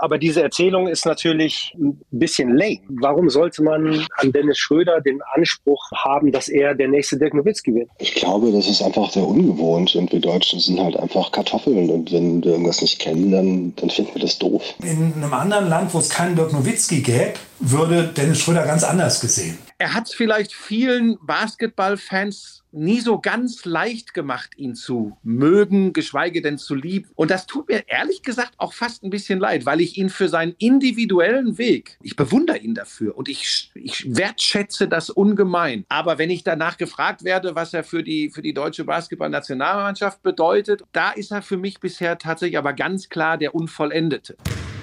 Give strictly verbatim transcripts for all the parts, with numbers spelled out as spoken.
Aber diese Erzählung ist natürlich ein bisschen lame. Warum sollte man an Dennis Schröder den Anspruch haben, dass er der nächste Dirk Nowitzki wird? Ich glaube, das ist einfach sehr ungewohnt und wir Deutschen sind halt einfach Kartoffeln und wenn wir irgendwas nicht kennen, dann, dann finden wir das doof. In einem anderen Land, wo es keinen Dirk Nowitzki gäbe, würde Dennis Schröder ganz anders gesehen. Er hat es vielleicht vielen Basketballfans nie so ganz leicht gemacht, ihn zu mögen, geschweige denn zu lieben. Und das tut mir ehrlich gesagt auch fast ein bisschen leid, weil ich ihn für seinen individuellen Weg, ich bewundere ihn dafür und ich, ich wertschätze das ungemein. Aber wenn ich danach gefragt werde, was er für die, für die deutsche Basketballnationalmannschaft bedeutet, da ist er für mich bisher tatsächlich aber ganz klar der Unvollendete.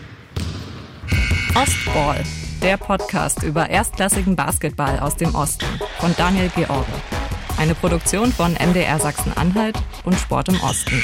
Ostball, der Podcast über erstklassigen Basketball aus dem Osten von Daniel George. Eine Produktion von M D R Sachsen-Anhalt und Sport im Osten.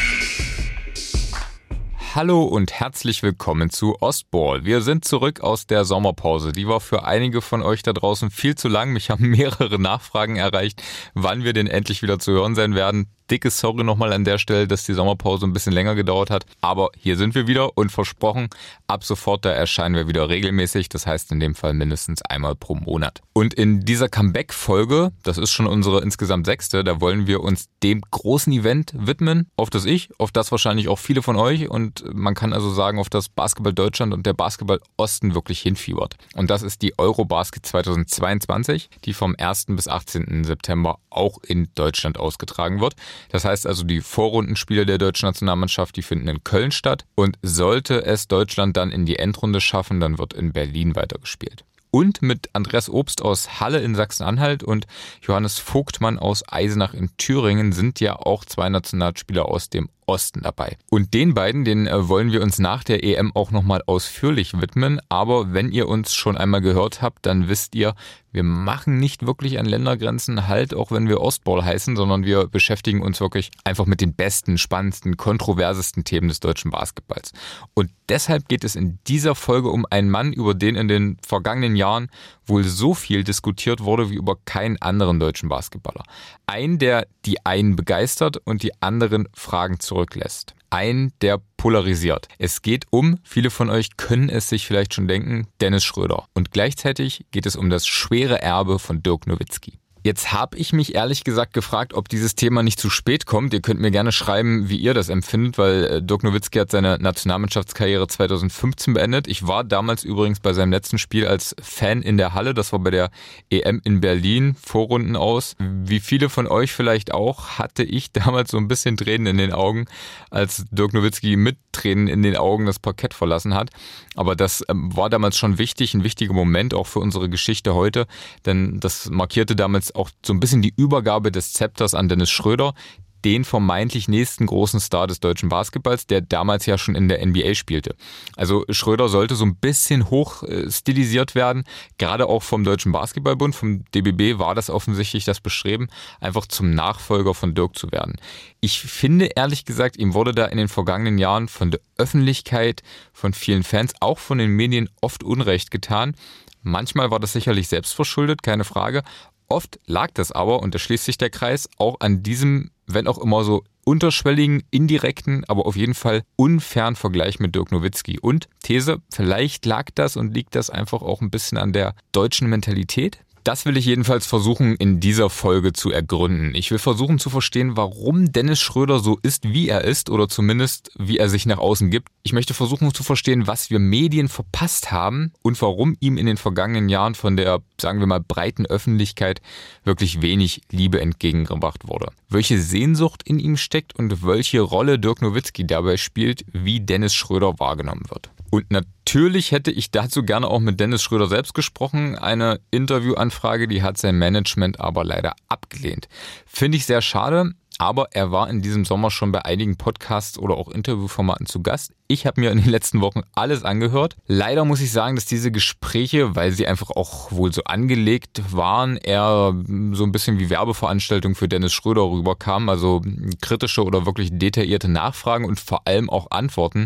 Hallo und herzlich willkommen zu Ostball. Wir sind zurück aus der Sommerpause. Die war für einige von euch da draußen viel zu lang. Mich haben mehrere Nachfragen erreicht, wann wir denn endlich wieder zu hören sein werden. Dickes Sorry nochmal an der Stelle, dass die Sommerpause ein bisschen länger gedauert hat. Aber hier sind wir wieder und versprochen, ab sofort da erscheinen wir wieder regelmäßig. Das heißt in dem Fall mindestens einmal pro Monat. Und in dieser Comeback-Folge, das ist schon unsere insgesamt sechste, da wollen wir uns dem großen Event widmen, auf das ich, auf das wahrscheinlich auch viele von euch und man kann also sagen, auf das Basketball Deutschland und der Basketball Osten wirklich hinfiebert. Und das ist die Eurobasket zweitausendzweiundzwanzig, die vom ersten bis achtzehnten September auch in Deutschland ausgetragen wird. Das heißt also, die Vorrundenspiele der deutschen Nationalmannschaft, die finden in Köln statt. Und sollte es Deutschland dann in die Endrunde schaffen, dann wird in Berlin weitergespielt. Und mit Andreas Obst aus Halle in Sachsen-Anhalt und Johannes Vogtmann aus Eisenach in Thüringen sind ja auch zwei Nationalspieler aus dem Osten dabei. Und den beiden, den wollen wir uns nach der E M auch nochmal ausführlich widmen. Aber wenn ihr uns schon einmal gehört habt, dann wisst ihr, wir machen nicht wirklich an Ländergrenzen halt, auch wenn wir Ostball heißen, sondern wir beschäftigen uns wirklich einfach mit den besten, spannendsten, kontroversesten Themen des deutschen Basketballs. Und deshalb geht es in dieser Folge um einen Mann, über den in den vergangenen Jahren wohl so viel diskutiert wurde wie über keinen anderen deutschen Basketballer. Ein, der die einen begeistert und die anderen Fragen zurücklässt. Ein, der polarisiert. Es geht um, viele von euch können es sich vielleicht schon denken, Dennis Schröder. Und gleichzeitig geht es um das schwere Erbe von Dirk Nowitzki. Jetzt habe ich mich ehrlich gesagt gefragt, ob dieses Thema nicht zu spät kommt. Ihr könnt mir gerne schreiben, wie ihr das empfindet, weil Dirk Nowitzki hat seine Nationalmannschaftskarriere zweitausendfünfzehn beendet. Ich war damals übrigens bei seinem letzten Spiel als Fan in der Halle. Das war bei der E M in Berlin, Vorrunden aus. Wie viele von euch vielleicht auch, hatte ich damals so ein bisschen Tränen in den Augen, als Dirk Nowitzki mit Tränen in den Augen das Parkett verlassen hat. Aber das war damals schon wichtig, ein wichtiger Moment auch für unsere Geschichte heute, denn das markierte damals auch so ein bisschen die Übergabe des Zepters an Dennis Schröder, den vermeintlich nächsten großen Star des deutschen Basketballs, der damals ja schon in der N B A spielte. Also Schröder sollte so ein bisschen hoch stilisiert werden, gerade auch vom Deutschen Basketballbund, vom D B B war das offensichtlich das Bestreben, einfach zum Nachfolger von Dirk zu werden. Ich finde ehrlich gesagt, ihm wurde da in den vergangenen Jahren von der Öffentlichkeit, von vielen Fans, auch von den Medien oft Unrecht getan. Manchmal war das sicherlich selbstverschuldet, keine Frage. Oft lag das aber, und da schließt sich der Kreis, auch an diesem, wenn auch immer so unterschwelligen, indirekten, aber auf jeden Fall unfairen Vergleich mit Dirk Nowitzki. Und These, vielleicht lag das und liegt das einfach auch ein bisschen an der deutschen Mentalität? Das will ich jedenfalls versuchen, in dieser Folge zu ergründen. Ich will versuchen zu verstehen, warum Dennis Schröder so ist, wie er ist, oder zumindest, wie er sich nach außen gibt. Ich möchte versuchen zu verstehen, was wir Medien verpasst haben und warum ihm in den vergangenen Jahren von der, sagen wir mal, breiten Öffentlichkeit wirklich wenig Liebe entgegengebracht wurde. Welche Sehnsucht in ihm steckt und welche Rolle Dirk Nowitzki dabei spielt, wie Dennis Schröder wahrgenommen wird. Und natürlich hätte ich dazu gerne auch mit Dennis Schröder selbst gesprochen. Eine Interviewanfrage, die hat sein Management aber leider abgelehnt. Finde ich sehr schade, aber er war in diesem Sommer schon bei einigen Podcasts oder auch Interviewformaten zu Gast. Ich habe mir in den letzten Wochen alles angehört. Leider muss ich sagen, dass diese Gespräche, weil sie einfach auch wohl so angelegt waren, eher so ein bisschen wie Werbeveranstaltungen für Dennis Schröder rüberkamen. Also kritische oder wirklich detaillierte Nachfragen und vor allem auch Antworten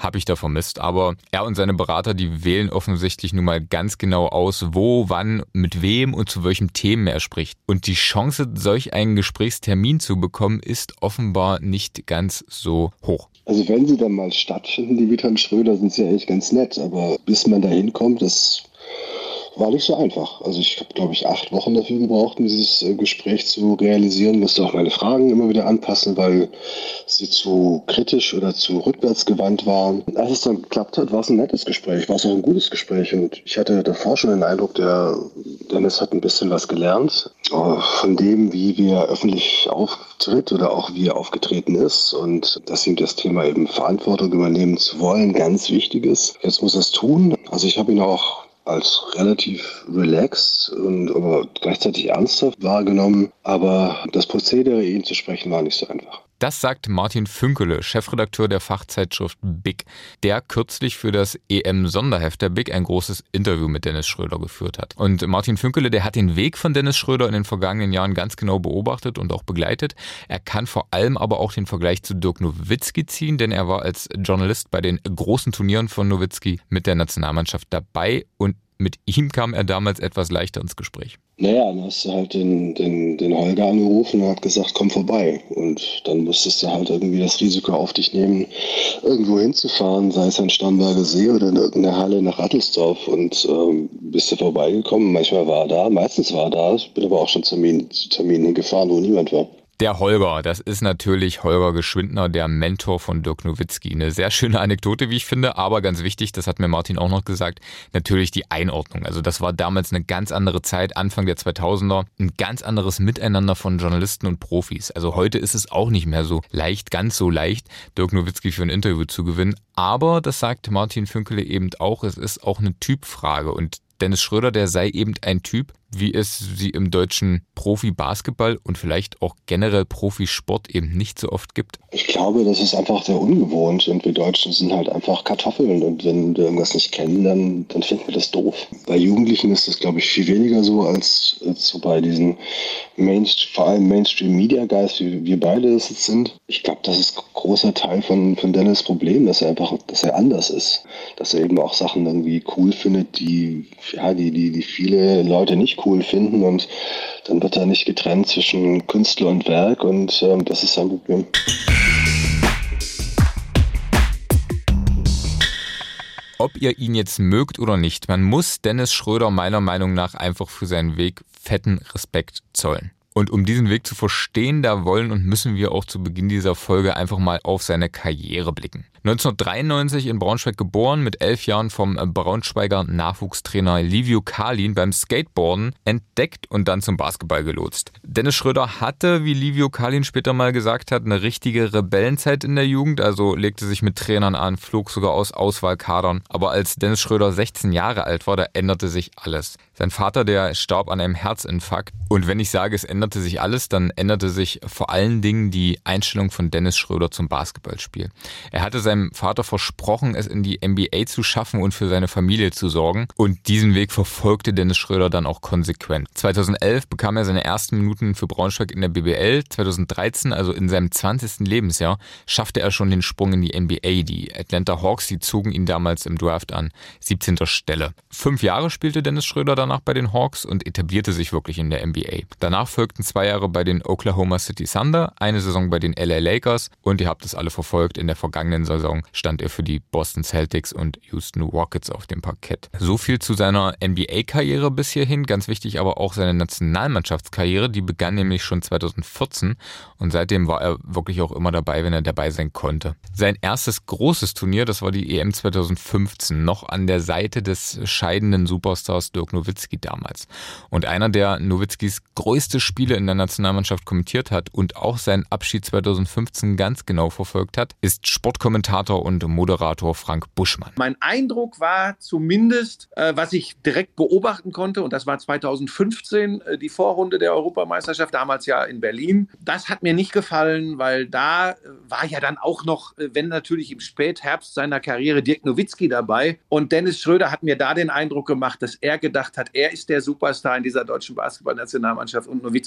habe ich da vermisst. Aber er und seine Berater, die wählen offensichtlich nun mal ganz genau aus, wo, wann, mit wem und zu welchem Themen er spricht. Und die Chance, solch einen Gesprächstermin zu bekommen, ist offenbar nicht ganz so hoch. Also wenn sie dann mal stattfinden, die Wittern Schröder, sind sie ja echt ganz nett. Aber bis man da hinkommt, das war nicht so einfach. Also ich habe, glaube ich, acht Wochen dafür gebraucht, um dieses äh, Gespräch zu realisieren. Musste auch meine Fragen immer wieder anpassen, weil sie zu kritisch oder zu rückwärtsgewandt waren. Als es dann geklappt hat, war es ein nettes Gespräch, war es auch ein gutes Gespräch. Und ich hatte davor schon den Eindruck, der Dennis hat ein bisschen was gelernt äh, von dem, wie wir öffentlich auftritt oder auch wie er aufgetreten ist. Und dass ihm das Thema eben Verantwortung übernehmen zu wollen ganz wichtig ist. Jetzt muss er es tun. Also ich habe ihn auch als relativ relaxed und aber gleichzeitig ernsthaft wahrgenommen. Aber das Prozedere, ihn zu sprechen, war nicht so einfach. Das sagt Martin Fünkele, Chefredakteur der Fachzeitschrift Big, der kürzlich für das E M-Sonderheft der Big ein großes Interview mit Dennis Schröder geführt hat. Und Martin Fünkele, der hat den Weg von Dennis Schröder in den vergangenen Jahren ganz genau beobachtet und auch begleitet. Er kann vor allem aber auch den Vergleich zu Dirk Nowitzki ziehen, denn er war als Journalist bei den großen Turnieren von Nowitzki mit der Nationalmannschaft dabei und mit ihm kam er damals etwas leichter ins Gespräch. Naja, dann hast du halt den, den, den Holger angerufen und hat gesagt, komm vorbei. Und dann musstest du halt irgendwie das Risiko auf dich nehmen, irgendwo hinzufahren, sei es an Starnberger See oder in irgendeiner Halle nach Rattelsdorf. Und ähm, bist du vorbeigekommen. Manchmal war er da, meistens war er da. Ich bin aber auch schon zu Terminen, zu Terminen hingefahren, wo niemand war. Der Holger, das ist natürlich Holger Geschwindner, der Mentor von Dirk Nowitzki. Eine sehr schöne Anekdote, wie ich finde, aber ganz wichtig, das hat mir Martin auch noch gesagt, natürlich die Einordnung. Also das war damals eine ganz andere Zeit, Anfang der zweitausender, ein ganz anderes Miteinander von Journalisten und Profis. Also heute ist es auch nicht mehr so leicht, ganz so leicht, Dirk Nowitzki für ein Interview zu gewinnen. Aber, das sagt Martin Fünkele eben auch, es ist auch eine Typfrage und Dennis Schröder, der sei eben ein Typ, wie es sie im deutschen Profi-Basketball und vielleicht auch generell Profisport eben nicht so oft gibt? Ich glaube, das ist einfach sehr ungewohnt und wir Deutschen sind halt einfach Kartoffeln und wenn wir irgendwas nicht kennen, dann, dann finden wir das doof. Bei Jugendlichen ist das, glaube ich, viel weniger so als, als so bei diesen Mainst- vor allem Mainstream-Media-Guys, wie wir beide es jetzt sind. Ich glaube, das ist ein großer Teil von, von Dennis' Problem, dass er einfach, dass er anders ist. Dass er eben auch Sachen irgendwie cool findet, die, ja, die, die, die viele Leute nicht cool finden und dann wird da nicht getrennt zwischen Künstler und Werk und ähm, das ist sein Problem. Ob ihr ihn jetzt mögt oder nicht, man muss Dennis Schröder meiner Meinung nach einfach für seinen Weg fetten Respekt zollen. Und um diesen Weg zu verstehen, da wollen und müssen wir auch zu Beginn dieser Folge einfach mal auf seine Karriere blicken. neunzehnhundertdreiundneunzig in Braunschweig geboren, mit elf Jahren vom Braunschweiger Nachwuchstrainer Livio Kalin beim Skateboarden entdeckt und dann zum Basketball gelotst. Dennis Schröder hatte, wie Livio Kalin später mal gesagt hat, eine richtige Rebellenzeit in der Jugend, also legte sich mit Trainern an, flog sogar aus Auswahlkadern. Aber als Dennis Schröder sechzehn Jahre alt war, da änderte sich alles. Sein Vater, der starb an einem Herzinfarkt. Und wenn ich sage, es änderte sich alles, dann änderte sich vor allen Dingen die Einstellung von Dennis Schröder zum Basketballspiel. Er hatte seinem Vater versprochen, es in die N B A zu schaffen und für seine Familie zu sorgen. Und diesen Weg verfolgte Dennis Schröder dann auch konsequent. zweitausendelf bekam er seine ersten Minuten für Braunschweig in der B B L. zweitausenddreizehn, also in seinem zwanzigsten Lebensjahr, schaffte er schon den Sprung in die N B A. Die Atlanta Hawks, die zogen ihn damals im Draft an siebzehnter Stelle. Fünf Jahre spielte Dennis Schröder danach bei den Hawks und etablierte sich wirklich in der N B A. Danach folgten zwei Jahre bei den Oklahoma City Thunder, eine Saison bei den L A Lakers und ihr habt es alle verfolgt, in der vergangenen Saison stand er für die Boston Celtics und Houston Rockets auf dem Parkett. So viel zu seiner N B A-Karriere bis hierhin, ganz wichtig aber auch seine Nationalmannschaftskarriere, die begann nämlich schon zweitausendvierzehn und seitdem war er wirklich auch immer dabei, wenn er dabei sein konnte. Sein erstes großes Turnier, das war die E M zweitausendfünfzehn, noch an der Seite des scheidenden Superstars Dirk Nowitzki damals. Und einer, der Nowitzkis größte Spiele in der Nationalmannschaft kommentiert hat und auch seinen Abschied zweitausendfünfzehn ganz genau verfolgt hat, ist Sportkommentator und Moderator Frank Buschmann. Mein Eindruck war zumindest, äh, was ich direkt beobachten konnte, und das war zweitausendfünfzehn, äh, die Vorrunde der Europameisterschaft, damals ja in Berlin. Das hat mir nicht gefallen, weil da äh, war ja dann auch noch, äh, wenn natürlich im Spätherbst seiner Karriere, Dirk Nowitzki dabei. Und Dennis Schröder hat mir da den Eindruck gemacht, dass er gedacht hat, er ist der Superstar in dieser deutschen Basketballnationalmannschaft und Nowitzki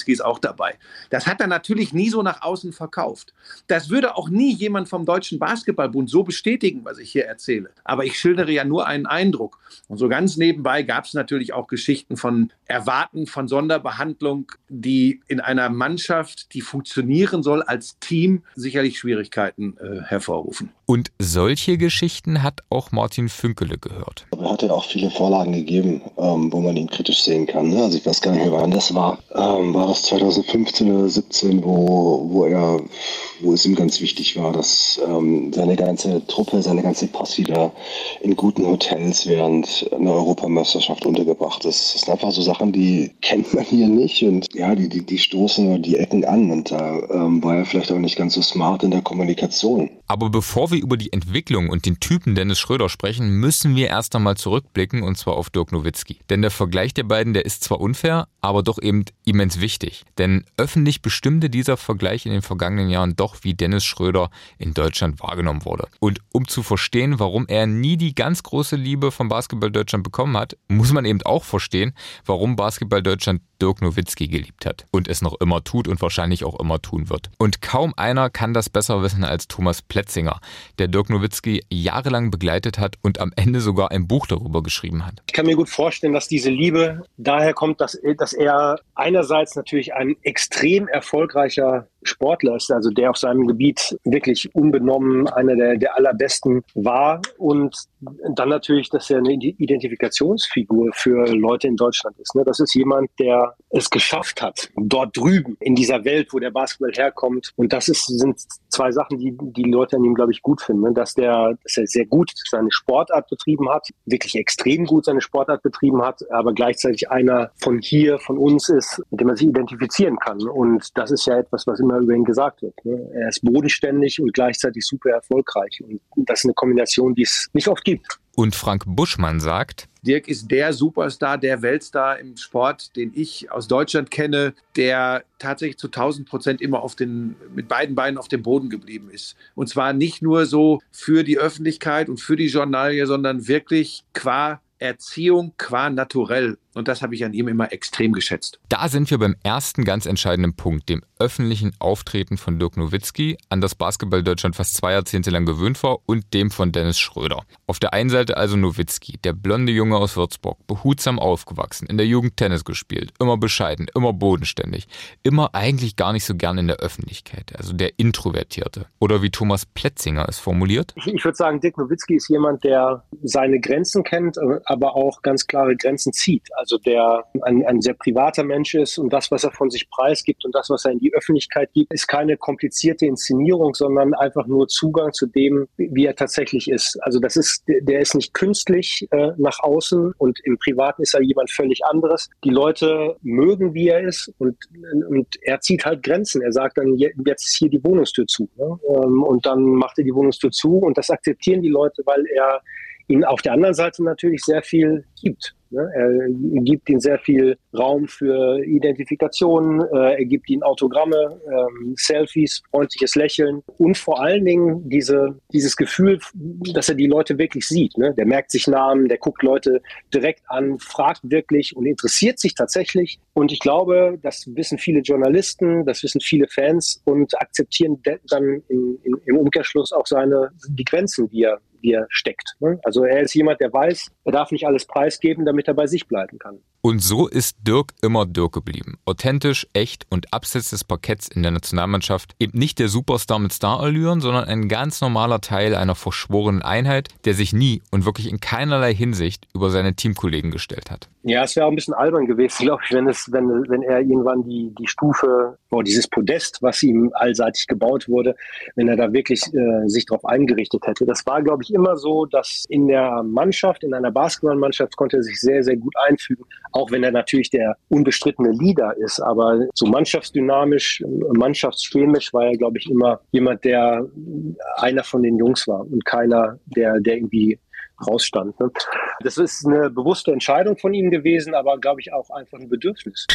Nowitzki ist auch dabei. Das hat er natürlich nie so nach außen verkauft. Das würde auch nie jemand vom Deutschen Basketballbund so bestätigen, was ich hier erzähle. Aber ich schildere ja nur einen Eindruck. Und so ganz nebenbei gab es natürlich auch Geschichten von Erwarten, von Sonderbehandlung, die in einer Mannschaft, die funktionieren soll als Team, sicherlich Schwierigkeiten äh, hervorrufen. Und solche Geschichten hat auch Martin Fünkele gehört. Er hat ja auch viele Vorlagen gegeben, ähm, wo man ihn kritisch sehen kann. Ne? Also ich weiß gar nicht mehr, wann das war. Ähm, war das zwanzig fünfzehn oder siebzehn, wo, wo er, wo es ihm ganz wichtig war, dass ähm, seine ganze Truppe, seine ganze Posse da in guten Hotels während einer Europameisterschaft untergebracht ist. Das sind einfach so Sachen, die kennt man hier nicht und ja, die, die, die stoßen die Ecken an und da ähm, war er vielleicht auch nicht ganz so smart in der Kommunikation. Aber bevor wir über die Entwicklung und den Typen Dennis Schröder sprechen, müssen wir erst einmal zurückblicken und zwar auf Dirk Nowitzki. Denn der Vergleich der beiden, der ist zwar unfair, aber doch eben immens wichtig. Denn öffentlich bestimmte dieser Vergleich in den vergangenen Jahren doch, wie Dennis Schröder in Deutschland wahrgenommen wurde. Und um zu verstehen, warum er nie die ganz große Liebe von Basketball Deutschland bekommen hat, muss man eben auch verstehen, warum Basketball Deutschland Dirk Nowitzki geliebt hat und es noch immer tut und wahrscheinlich auch immer tun wird. Und kaum einer kann das besser wissen als Thomas Plätzinger, der Dirk Nowitzki jahrelang begleitet hat und am Ende sogar ein Buch darüber geschrieben hat. Ich kann mir gut vorstellen, dass diese Liebe daher kommt, dass, dass er einerseits natürlich ein extrem erfolgreicher Sportler ist, also der auf seinem Gebiet wirklich unbenommen einer der, der allerbesten war und dann natürlich, dass er eine Identifikationsfigur für Leute in Deutschland ist. Das ist jemand, der es geschafft hat, dort drüben in dieser Welt, wo der Basketball herkommt. Und das ist, sind zwei Sachen, die die Leute an ihm, glaube ich, gut finden. Dass, der, dass er sehr gut seine Sportart betrieben hat, wirklich extrem gut seine Sportart betrieben hat, aber gleichzeitig einer von hier, von uns ist, mit dem man sich identifizieren kann. Und das ist ja etwas, was immer über ihn gesagt wird. Er ist bodenständig und gleichzeitig super erfolgreich. Und das ist eine Kombination, die es nicht oft gibt. Und Frank Buschmann sagt: Dirk ist der Superstar, der Weltstar im Sport, den ich aus Deutschland kenne, der tatsächlich zu tausend Prozent immer auf den, mit beiden Beinen auf dem Boden geblieben ist. Und zwar nicht nur so für die Öffentlichkeit und für die Journalie, sondern wirklich qua Erziehung, qua naturell. Und das habe ich an ihm immer extrem geschätzt. Da sind wir beim ersten ganz entscheidenden Punkt, dem öffentlichen Auftreten von Dirk Nowitzki, an das Basketball Deutschland fast zwei Jahrzehnte lang gewöhnt war, und dem von Dennis Schröder. Auf der einen Seite also Nowitzki, der blonde Junge aus Würzburg, behutsam aufgewachsen, in der Jugend Tennis gespielt, immer bescheiden, immer bodenständig, immer eigentlich gar nicht so gern in der Öffentlichkeit, also der Introvertierte. Oder wie Thomas Plätzinger es formuliert: Ich, ich würde sagen, Dirk Nowitzki ist jemand, der seine Grenzen kennt, aber auch ganz klare Grenzen zieht. Also der ein, ein sehr privater Mensch ist und das, was er von sich preisgibt und das, was er in die Öffentlichkeit gibt, ist keine komplizierte Inszenierung, sondern einfach nur Zugang zu dem, wie er tatsächlich ist. Also das ist, der ist nicht künstlich äh, nach außen und im Privaten ist er jemand völlig anderes. Die Leute mögen, wie er ist und, und er zieht halt Grenzen. Er sagt dann, jetzt ist hier die Wohnungstür zu. Ne? Und dann macht er die Wohnungstür zu und das akzeptieren die Leute, weil er ihnen auf der anderen Seite natürlich sehr viel gibt. Er gibt ihnen sehr viel Raum für Identifikation, er gibt ihnen Autogramme, Selfies, freundliches Lächeln und vor allen Dingen diese, dieses Gefühl, dass er die Leute wirklich sieht. Der merkt sich Namen, der guckt Leute direkt an, fragt wirklich und interessiert sich tatsächlich. Und ich glaube, das wissen viele Journalisten, das wissen viele Fans und akzeptieren dann in, in, im Umkehrschluss auch seine, die Grenzen, die er wie er steckt. Also er ist jemand, der weiß, er darf nicht alles preisgeben, damit er bei sich bleiben kann. Und so ist Dirk immer Dirk geblieben. Authentisch, echt und abseits des Parketts in der Nationalmannschaft eben nicht der Superstar mit Starallüren, sondern ein ganz normaler Teil einer verschworenen Einheit, der sich nie und wirklich in keinerlei Hinsicht über seine Teamkollegen gestellt hat. Ja, es wäre auch ein bisschen albern gewesen, glaube ich, wenn es, wenn, wenn er irgendwann die, die Stufe, oh, dieses Podest, was ihm allseitig gebaut wurde, wenn er da wirklich äh, sich darauf eingerichtet hätte. Das war, glaube ich, immer so, dass in der Mannschaft, in einer Basketballmannschaft konnte er sich sehr, sehr gut einfügen, auch wenn er natürlich der unbestrittene Leader ist. Aber so mannschaftsdynamisch, mannschaftschemisch war er, glaube ich, immer jemand, der einer von den Jungs war und keiner, der, der irgendwie rausstand. Ne? Das ist eine bewusste Entscheidung von ihm gewesen, aber, glaube ich, auch einfach ein Bedürfnis.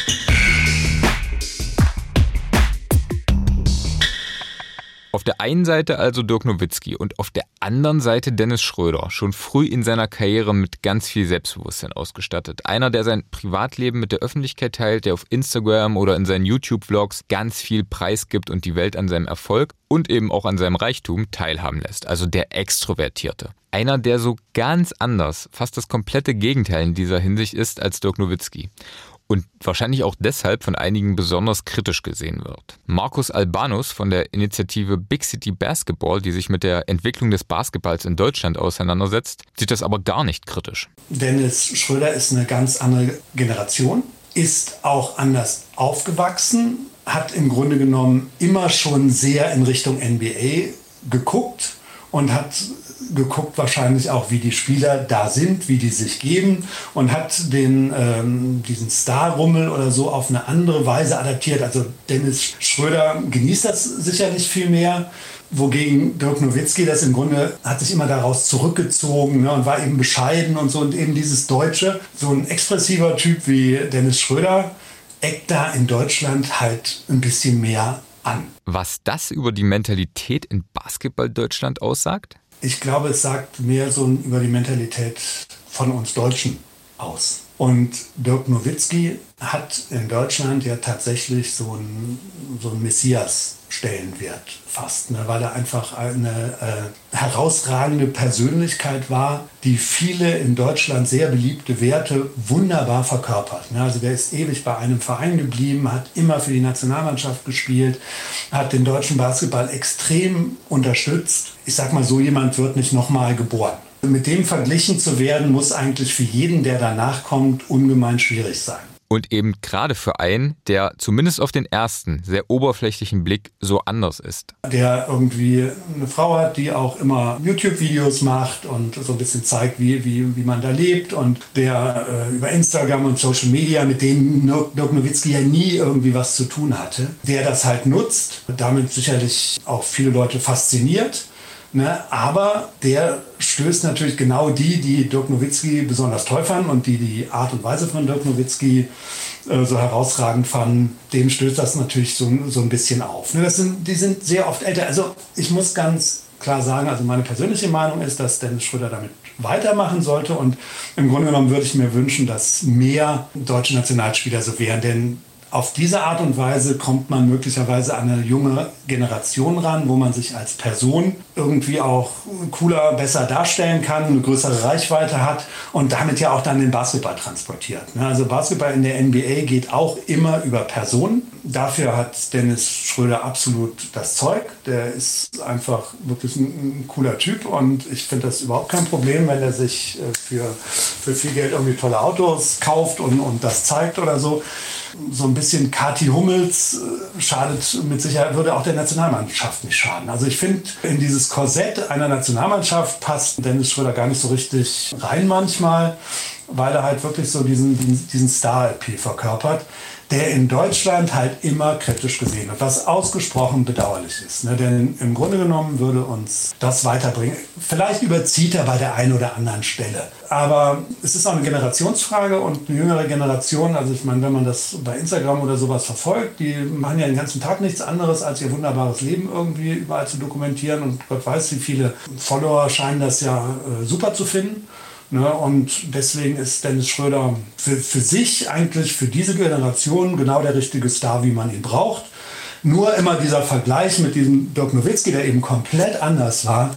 Auf der einen Seite also Dirk Nowitzki und auf der anderen Seite Dennis Schröder, schon früh in seiner Karriere mit ganz viel Selbstbewusstsein ausgestattet. Einer, der sein Privatleben mit der Öffentlichkeit teilt, der auf Instagram oder in seinen YouTube-Vlogs ganz viel preisgibt und die Welt an seinem Erfolg und eben auch an seinem Reichtum teilhaben lässt. Also der Extrovertierte. Einer, der so ganz anders, fast das komplette Gegenteil in dieser Hinsicht ist als Dirk Nowitzki. Und wahrscheinlich auch deshalb von einigen besonders kritisch gesehen wird. Markus Albanus von der Initiative Big City Basketball, die sich mit der Entwicklung des Basketballs in Deutschland auseinandersetzt, sieht das aber gar nicht kritisch. Dennis Schröder ist eine ganz andere Generation, ist auch anders aufgewachsen, hat im Grunde genommen immer schon sehr in Richtung N B A geguckt und hat geguckt wahrscheinlich auch, wie die Spieler da sind, wie die sich geben und hat den, ähm, diesen Star-Rummel oder so auf eine andere Weise adaptiert. Also Dennis Schröder genießt das sicherlich viel mehr, wogegen Dirk Nowitzki das im Grunde hat sich immer daraus zurückgezogen, ne, und war eben bescheiden und so. Und eben dieses Deutsche, so ein expressiver Typ wie Dennis Schröder, eckt da in Deutschland halt ein bisschen mehr an. Was das über die Mentalität in Basketball-Deutschland aussagt? Ich glaube, es sagt mehr so über die Mentalität von uns Deutschen aus. Und Dirk Nowitzki hat in Deutschland ja tatsächlich so einen, so einen Messias-Stellenwert fast, ne? Weil er einfach eine äh, herausragende Persönlichkeit war, die viele in Deutschland sehr beliebte Werte wunderbar verkörpert. Ne? Also der ist ewig bei einem Verein geblieben, hat immer für die Nationalmannschaft gespielt, hat den deutschen Basketball extrem unterstützt. Ich sag mal, so jemand wird nicht nochmal geboren. Mit dem verglichen zu werden, muss eigentlich für jeden, der danach kommt, ungemein schwierig sein. Und eben gerade für einen, der zumindest auf den ersten, sehr oberflächlichen Blick so anders ist. Der irgendwie eine Frau hat, die auch immer YouTube-Videos macht und so ein bisschen zeigt, wie, wie, wie man da lebt. Und der äh, über Instagram und Social Media, mit denen Dirk Nowitzki ja nie irgendwie was zu tun hatte, der das halt nutzt, damit sicherlich auch viele Leute fasziniert. Ne, aber der stößt natürlich genau die, die Dirk Nowitzki besonders toll fanden und die die Art und Weise von Dirk Nowitzki äh, so herausragend fanden, denen stößt das natürlich so, so ein bisschen auf. Ne, das sind, die sind sehr oft älter. Also ich muss ganz klar sagen, also meine persönliche Meinung ist, dass Dennis Schröder damit weitermachen sollte. Und im Grunde genommen würde ich mir wünschen, dass mehr deutsche Nationalspieler so wären. Denn auf diese Art und Weise kommt man möglicherweise an eine junge Generation ran, wo man sich als Person irgendwie auch cooler, besser darstellen kann, eine größere Reichweite hat und damit ja auch dann den Basketball transportiert. Also Basketball in der N B A geht auch immer über Personen. Dafür hat Dennis Schröder absolut das Zeug. Der ist einfach wirklich ein, ein cooler Typ und ich finde das überhaupt kein Problem, wenn er sich für, für viel Geld irgendwie tolle Autos kauft und, und das zeigt oder so. So ein bisschen Kathi Hummels schadet mit Sicherheit, würde auch der Nationalmannschaft nicht schaden. Also ich finde, in dieses Korsett einer Nationalmannschaft passt Dennis Schröder gar nicht so richtig rein manchmal, weil er halt wirklich so diesen, diesen, diesen Star-L P verkörpert, der in Deutschland halt immer kritisch gesehen wird, was ausgesprochen bedauerlich ist. Ne? Denn im Grunde genommen würde uns das weiterbringen. Vielleicht überzieht er bei der einen oder anderen Stelle. Aber es ist auch eine Generationsfrage und eine jüngere Generation, also ich meine, wenn man das bei Instagram oder sowas verfolgt, die machen ja den ganzen Tag nichts anderes, als ihr wunderbares Leben irgendwie überall zu dokumentieren. Und Gott weiß, wie viele Follower scheinen das ja äh, super zu finden. Ne, und deswegen ist Dennis Schröder für, für sich eigentlich, für diese Generation genau der richtige Star, wie man ihn braucht. Nur immer dieser Vergleich mit diesem Dirk Nowitzki, der eben komplett anders war.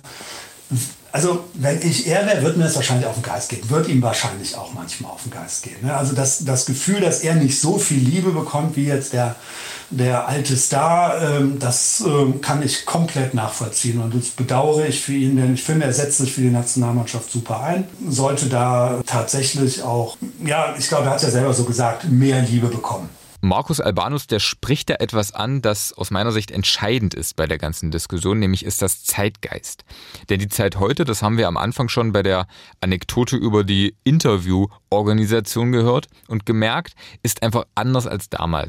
Also wenn ich er wäre, würde mir das wahrscheinlich auf den Geist gehen. Wird ihm wahrscheinlich auch manchmal auf den Geist gehen. Ne? Also das, das Gefühl, dass er nicht so viel Liebe bekommt wie jetzt der, der alte Star, ähm, das ähm, kann ich komplett nachvollziehen. Und das bedauere ich für ihn, denn ich finde, er setzt sich für die Nationalmannschaft super ein. Sollte da tatsächlich auch, ja, ich glaube, er hat es ja selber so gesagt, mehr Liebe bekommen. Markus Albanus, der spricht da etwas an, das aus meiner Sicht entscheidend ist bei der ganzen Diskussion, nämlich ist das Zeitgeist. Denn die Zeit heute, das haben wir am Anfang schon bei der Anekdote über die Intervieworganisation gehört und gemerkt, ist einfach anders als damals.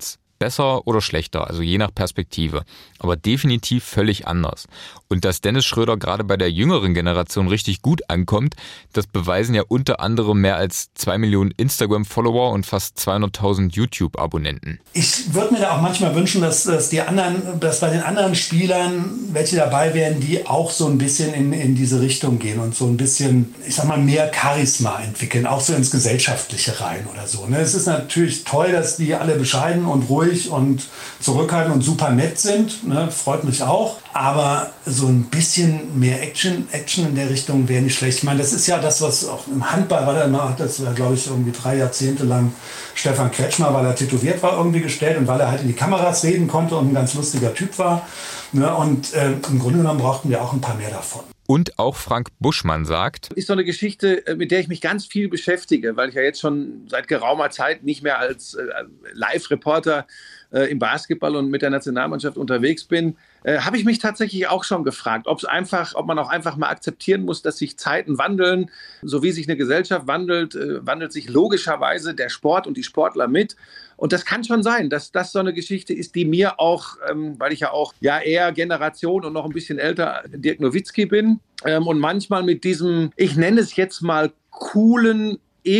besser oder schlechter, also je nach Perspektive, aber definitiv völlig anders. Und dass Dennis Schröder gerade bei der jüngeren Generation richtig gut ankommt, das beweisen ja unter anderem mehr als zwei Millionen Instagram-Follower und fast zweihunderttausend YouTube-Abonnenten. Ich würde mir da auch manchmal wünschen, dass, dass, die anderen, dass bei den anderen Spielern welche dabei wären, die auch so ein bisschen in, in diese Richtung gehen und so ein bisschen, ich sag mal, mehr Charisma entwickeln, auch so ins Gesellschaftliche rein oder so. Ne? Es ist natürlich toll, dass die alle bescheiden und ruhig und zurückhaltend und super nett sind. Ne? Freut mich auch. Aber so ein bisschen mehr Action, Action in der Richtung wäre nicht schlecht. Ich meine, das ist ja das, was auch im Handball war, da immer, das war, glaube ich, irgendwie drei Jahrzehnte lang Stefan Kretschmer, weil er tätowiert war, irgendwie gestellt und weil er halt in die Kameras reden konnte und ein ganz lustiger Typ war. Ne? Und äh, im Grunde genommen brauchten wir auch ein paar mehr davon. Und auch Frank Buschmann sagt: Ist so eine Geschichte, mit der ich mich ganz viel beschäftige, weil ich ja jetzt schon seit geraumer Zeit nicht mehr als äh, Live-Reporter äh, im Basketball und mit der Nationalmannschaft unterwegs bin. Äh, habe ich mich tatsächlich auch schon gefragt, ob es einfach, ob man auch einfach mal akzeptieren muss, dass sich Zeiten wandeln. So wie sich eine Gesellschaft wandelt, äh, wandelt sich logischerweise der Sport und die Sportler mit. Und das kann schon sein, dass das so eine Geschichte ist, die mir auch, ähm, weil ich ja auch ja eher Generation und noch ein bisschen älter Dirk Nowitzki bin ähm, und manchmal mit diesem, ich nenne es jetzt mal coolen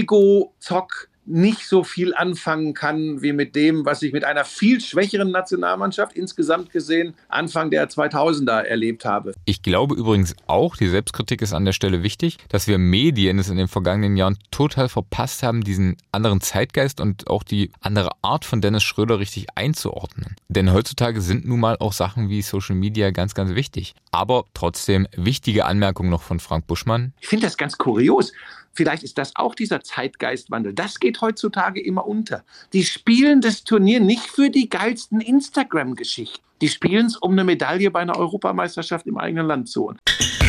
Ego-Zock nicht so viel anfangen kann wie mit dem, was ich mit einer viel schwächeren Nationalmannschaft insgesamt gesehen Anfang der zweitausender erlebt habe. Ich glaube übrigens auch, die Selbstkritik ist an der Stelle wichtig, dass wir Medien es in den vergangenen Jahren total verpasst haben, diesen anderen Zeitgeist und auch die andere Art von Dennis Schröder richtig einzuordnen. Denn heutzutage sind nun mal auch Sachen wie Social Media ganz, ganz wichtig. Aber trotzdem wichtige Anmerkung noch von Frank Buschmann. Ich finde das ganz kurios. Vielleicht ist das auch dieser Zeitgeistwandel. Das geht heutzutage immer unter. Die spielen das Turnier nicht für die geilsten Instagram-Geschichten. Die spielen es, um eine Medaille bei einer Europameisterschaft im eigenen Land zu holen.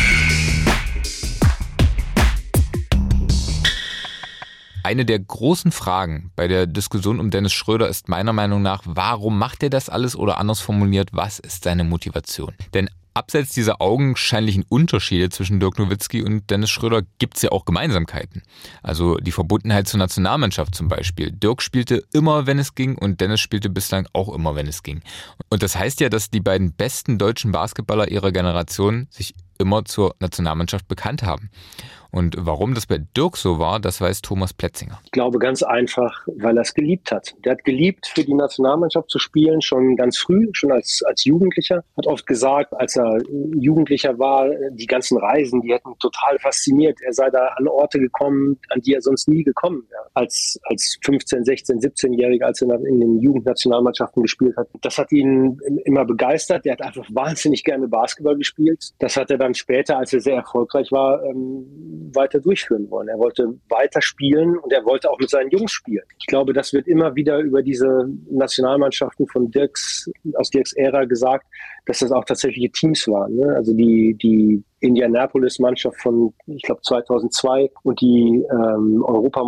Eine der großen Fragen bei der Diskussion um Dennis Schröder ist meiner Meinung nach, warum macht er das alles oder anders formuliert, was ist seine Motivation? Denn abseits dieser augenscheinlichen Unterschiede zwischen Dirk Nowitzki und Dennis Schröder gibt es ja auch Gemeinsamkeiten. Also die Verbundenheit zur Nationalmannschaft zum Beispiel. Dirk spielte immer, wenn es ging, und Dennis spielte bislang auch immer, wenn es ging. Und das heißt ja, dass die beiden besten deutschen Basketballer ihrer Generation sich immer zur Nationalmannschaft bekannt haben. Und warum das bei Dirk so war, das weiß Thomas Plätzinger. Ich glaube ganz einfach, weil er es geliebt hat. Der hat geliebt, für die Nationalmannschaft zu spielen, schon ganz früh, schon als, als Jugendlicher. Hat oft gesagt, als er Jugendlicher war, die ganzen Reisen, die hätten ihn total fasziniert. Er sei da an Orte gekommen, an die er sonst nie gekommen wäre. Als, als fünfzehn-, sechzehn-, siebzehnjähriger, als er in den Jugendnationalmannschaften gespielt hat. Das hat ihn immer begeistert. Der hat einfach wahnsinnig gerne Basketball gespielt. Das hat er dann später, als er sehr erfolgreich war, weiter durchführen wollen. Er wollte weiter spielen und er wollte auch mit seinen Jungs spielen. Ich glaube, das wird immer wieder über diese Nationalmannschaften von Dirks, aus Dirks Ära gesagt, dass das auch tatsächliche Teams waren. Ne? Also die, die Indianapolis-Mannschaft von, ich glaube, zweitausendzwei und die ähm,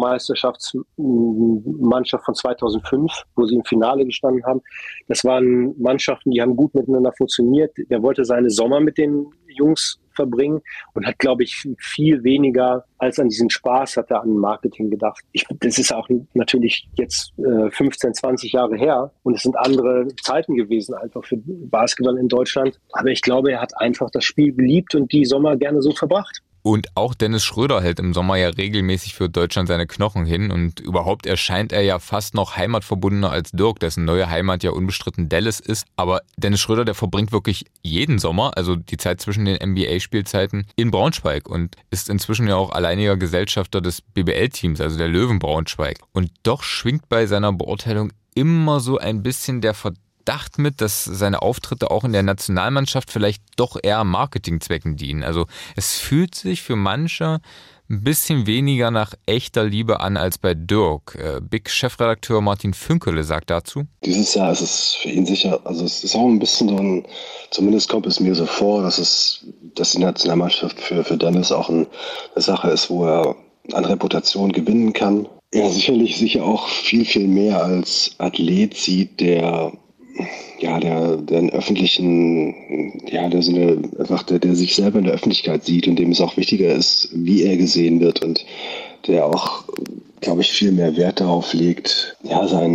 Europameisterschaftsmannschaft von zweitausendfünf, wo sie im Finale gestanden haben. Das waren Mannschaften, die haben gut miteinander funktioniert. Er wollte seine Sommer mit den Jungs verbringen und hat, glaube ich, viel weniger als an diesen Spaß hat er an Marketing gedacht. Ich, das ist auch natürlich jetzt äh, fünfzehn, zwanzig Jahre her und es sind andere Zeiten gewesen einfach für Basketball in Deutschland. Aber ich glaube, er hat einfach das Spiel geliebt und die Sommer gerne so verbracht. Und auch Dennis Schröder hält im Sommer ja regelmäßig für Deutschland seine Knochen hin und überhaupt erscheint er ja fast noch heimatverbundener als Dirk, dessen neue Heimat ja unbestritten Dallas ist. Aber Dennis Schröder, der verbringt wirklich jeden Sommer, also die Zeit zwischen den N B A-Spielzeiten, in Braunschweig und ist inzwischen ja auch alleiniger Gesellschafter des B B L-Teams, also der Löwen Braunschweig. Und doch schwingt bei seiner Beurteilung immer so ein bisschen der Verdacht mit, dass seine Auftritte auch in der Nationalmannschaft vielleicht doch eher Marketingzwecken dienen. Also es fühlt sich für manche ein bisschen weniger nach echter Liebe an als bei Dirk. Äh, Big-Chefredakteur Martin Fünkele sagt dazu: Dieses Jahr ist es für ihn sicher, also es ist auch ein bisschen so ein, zumindest kommt es mir so vor, dass es, dass die Nationalmannschaft für, für Dennis auch ein, eine Sache ist, wo er an Reputation gewinnen kann. Er sicherlich sicher auch viel, viel mehr als Athlet sieht, der ja, der, der einen öffentlichen, ja, der so eine, einfach der, der sich selber in der Öffentlichkeit sieht und dem es auch wichtiger ist, wie er gesehen wird und der auch, glaube ich, viel mehr Wert darauf legt, ja, sein,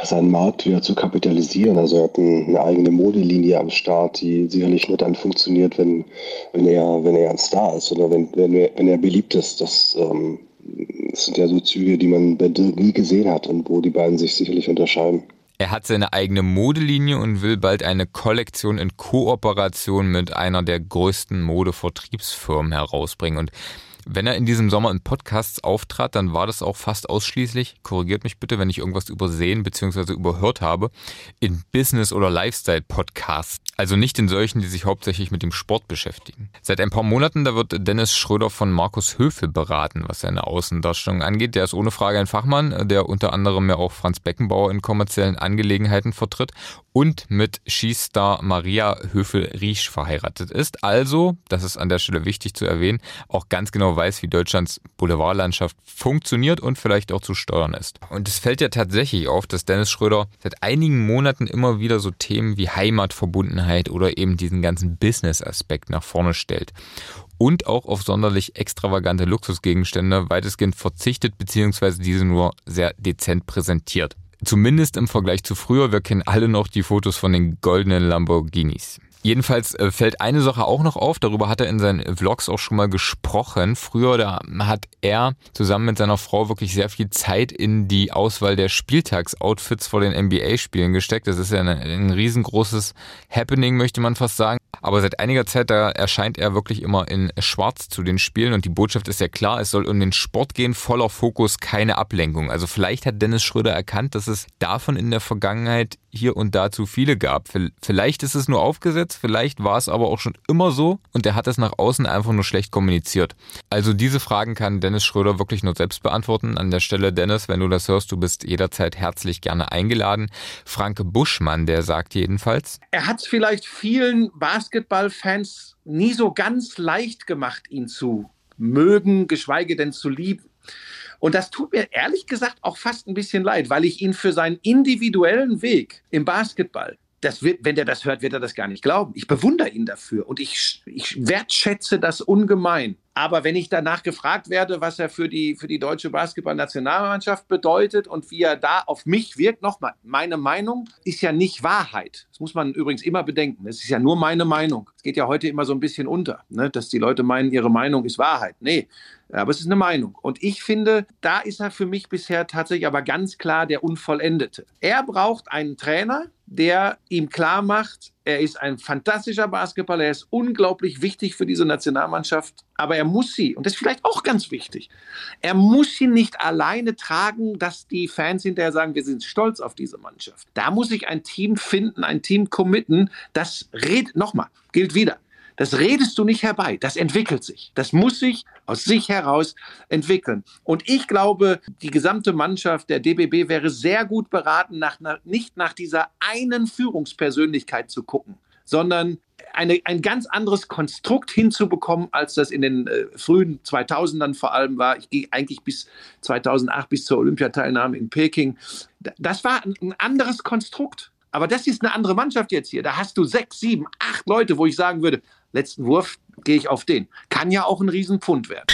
seinen Markt wieder zu kapitalisieren. Also er hat ein, eine eigene Modelinie am Start, die sicherlich nur dann funktioniert, wenn, wenn er wenn er ein Star ist oder wenn, wenn, er, wenn er beliebt ist. Das, ähm, das sind ja so Züge, die man bei Dirk nie gesehen hat und wo die beiden sich sicherlich unterscheiden. Er hat seine eigene Modelinie und will bald eine Kollektion in Kooperation mit einer der größten Modevertriebsfirmen herausbringen. Und wenn er in diesem Sommer in Podcasts auftrat, dann war das auch fast ausschließlich, korrigiert mich bitte, wenn ich irgendwas übersehen bzw. überhört habe, in Business- oder Lifestyle-Podcasts. Also nicht in solchen, die sich hauptsächlich mit dem Sport beschäftigen. Seit ein paar Monaten, da wird Dennis Schröder von Markus Höfel beraten, was seine Außendarstellung angeht. Der ist ohne Frage ein Fachmann, der unter anderem ja auch Franz Beckenbauer in kommerziellen Angelegenheiten vertritt und mit Skistar Maria Höfel-Riesch verheiratet ist. Also, das ist an der Stelle wichtig zu erwähnen, auch ganz genau weiß, wie Deutschlands Boulevardlandschaft funktioniert und vielleicht auch zu steuern ist. Und es fällt ja tatsächlich auf, dass Dennis Schröder seit einigen Monaten immer wieder so Themen wie Heimatverbundenheit oder eben diesen ganzen Business-Aspekt nach vorne stellt. Und auch auf sonderlich extravagante Luxusgegenstände weitestgehend verzichtet bzw. diese nur sehr dezent präsentiert. Zumindest im Vergleich zu früher, wir kennen alle noch die Fotos von den goldenen Lamborghinis. Jedenfalls fällt eine Sache auch noch auf, darüber hat er in seinen Vlogs auch schon mal gesprochen. Früher da hat er zusammen mit seiner Frau wirklich sehr viel Zeit in die Auswahl der Spieltagsoutfits vor den N B A-Spielen gesteckt. Das ist ja ein, ein riesengroßes Happening, möchte man fast sagen. Aber seit einiger Zeit, da erscheint er wirklich immer in Schwarz zu den Spielen und die Botschaft ist ja klar, es soll um den Sport gehen, voller Fokus, keine Ablenkung. Also vielleicht hat Dennis Schröder erkannt, dass es davon in der Vergangenheit hier und da zu viele gab. Vielleicht ist es nur aufgesetzt, vielleicht war es aber auch schon immer so und er hat es nach außen einfach nur schlecht kommuniziert. Also diese Fragen kann Dennis Schröder wirklich nur selbst beantworten. An der Stelle, Dennis, wenn du das hörst, du bist jederzeit herzlich gerne eingeladen. Frank Buschmann, der sagt jedenfalls: Er hat es vielleicht vielen Basketballfans nie so ganz leicht gemacht, ihn zu mögen, geschweige denn zu lieben. Und das tut mir ehrlich gesagt auch fast ein bisschen leid, weil ich ihn für seinen individuellen Weg im Basketball, das wird, wenn der das hört, wird er das gar nicht glauben. Ich bewundere ihn dafür und ich, ich wertschätze das ungemein. Aber wenn ich danach gefragt werde, was er für die, für die deutsche Basketballnationalmannschaft bedeutet und wie er da auf mich wirkt, nochmal, meine Meinung ist ja nicht Wahrheit. Das muss man übrigens immer bedenken. Es ist ja nur meine Meinung. Es geht ja heute immer so ein bisschen unter, ne? Dass die Leute meinen, ihre Meinung ist Wahrheit. Nee, aber es ist eine Meinung. Und ich finde, da ist er für mich bisher tatsächlich aber ganz klar der Unvollendete. Er braucht einen Trainer, der ihm klar macht, er ist ein fantastischer Basketballer, er ist unglaublich wichtig für diese Nationalmannschaft, aber er muss sie, und das ist vielleicht auch ganz wichtig, er muss sie nicht alleine tragen, dass die Fans hinterher sagen, wir sind stolz auf diese Mannschaft. Da muss sich ein Team finden, ein Team committen, das redet, nochmal, gilt wieder. Das redest du nicht herbei, das entwickelt sich. Das muss sich aus sich heraus entwickeln. Und ich glaube, die gesamte Mannschaft der D B B wäre sehr gut beraten, nach, nach, nicht nach dieser einen Führungspersönlichkeit zu gucken, sondern eine, ein ganz anderes Konstrukt hinzubekommen, als das in den äh, frühen zweitausendern vor allem war. Ich gehe eigentlich bis zweitausendacht, bis zur Olympiateilnahme in Peking. Das war ein, ein anderes Konstrukt. Aber das ist eine andere Mannschaft jetzt hier. Da hast du sechs, sieben, acht Leute, wo ich sagen würde, letzten Wurf gehe ich auf den. Kann ja auch ein Riesenpfund werden.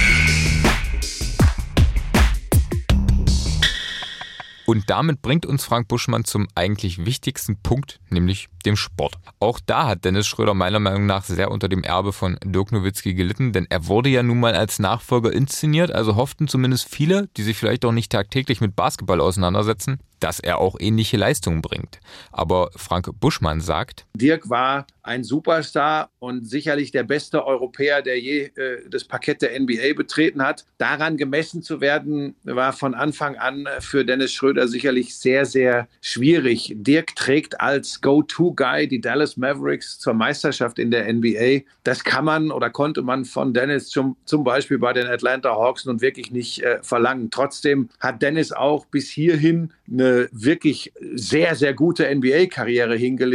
Und damit bringt uns Frank Buschmann zum eigentlich wichtigsten Punkt, nämlich dem Sport. Auch da hat Dennis Schröder meiner Meinung nach sehr unter dem Erbe von Dirk Nowitzki gelitten, denn er wurde ja nun mal als Nachfolger inszeniert, also hofften zumindest viele, die sich vielleicht auch nicht tagtäglich mit Basketball auseinandersetzen, dass er auch ähnliche Leistungen bringt. Aber Frank Buschmann sagt: Dirk war ein Superstar und sicherlich der beste Europäer, der je äh, das Parkett der N B A betreten hat. Daran gemessen zu werden, war von Anfang an für Dennis Schröder sicherlich sehr, sehr schwierig. Dirk trägt als Go-To-Guy die Dallas Mavericks zur Meisterschaft in der N B A. Das kann man oder konnte man von Dennis zum, zum Beispiel bei den Atlanta Hawks nun wirklich nicht äh, verlangen. Trotzdem hat Dennis auch bis hierhin eine wirklich sehr, sehr gute N B A-Karriere hingelegt.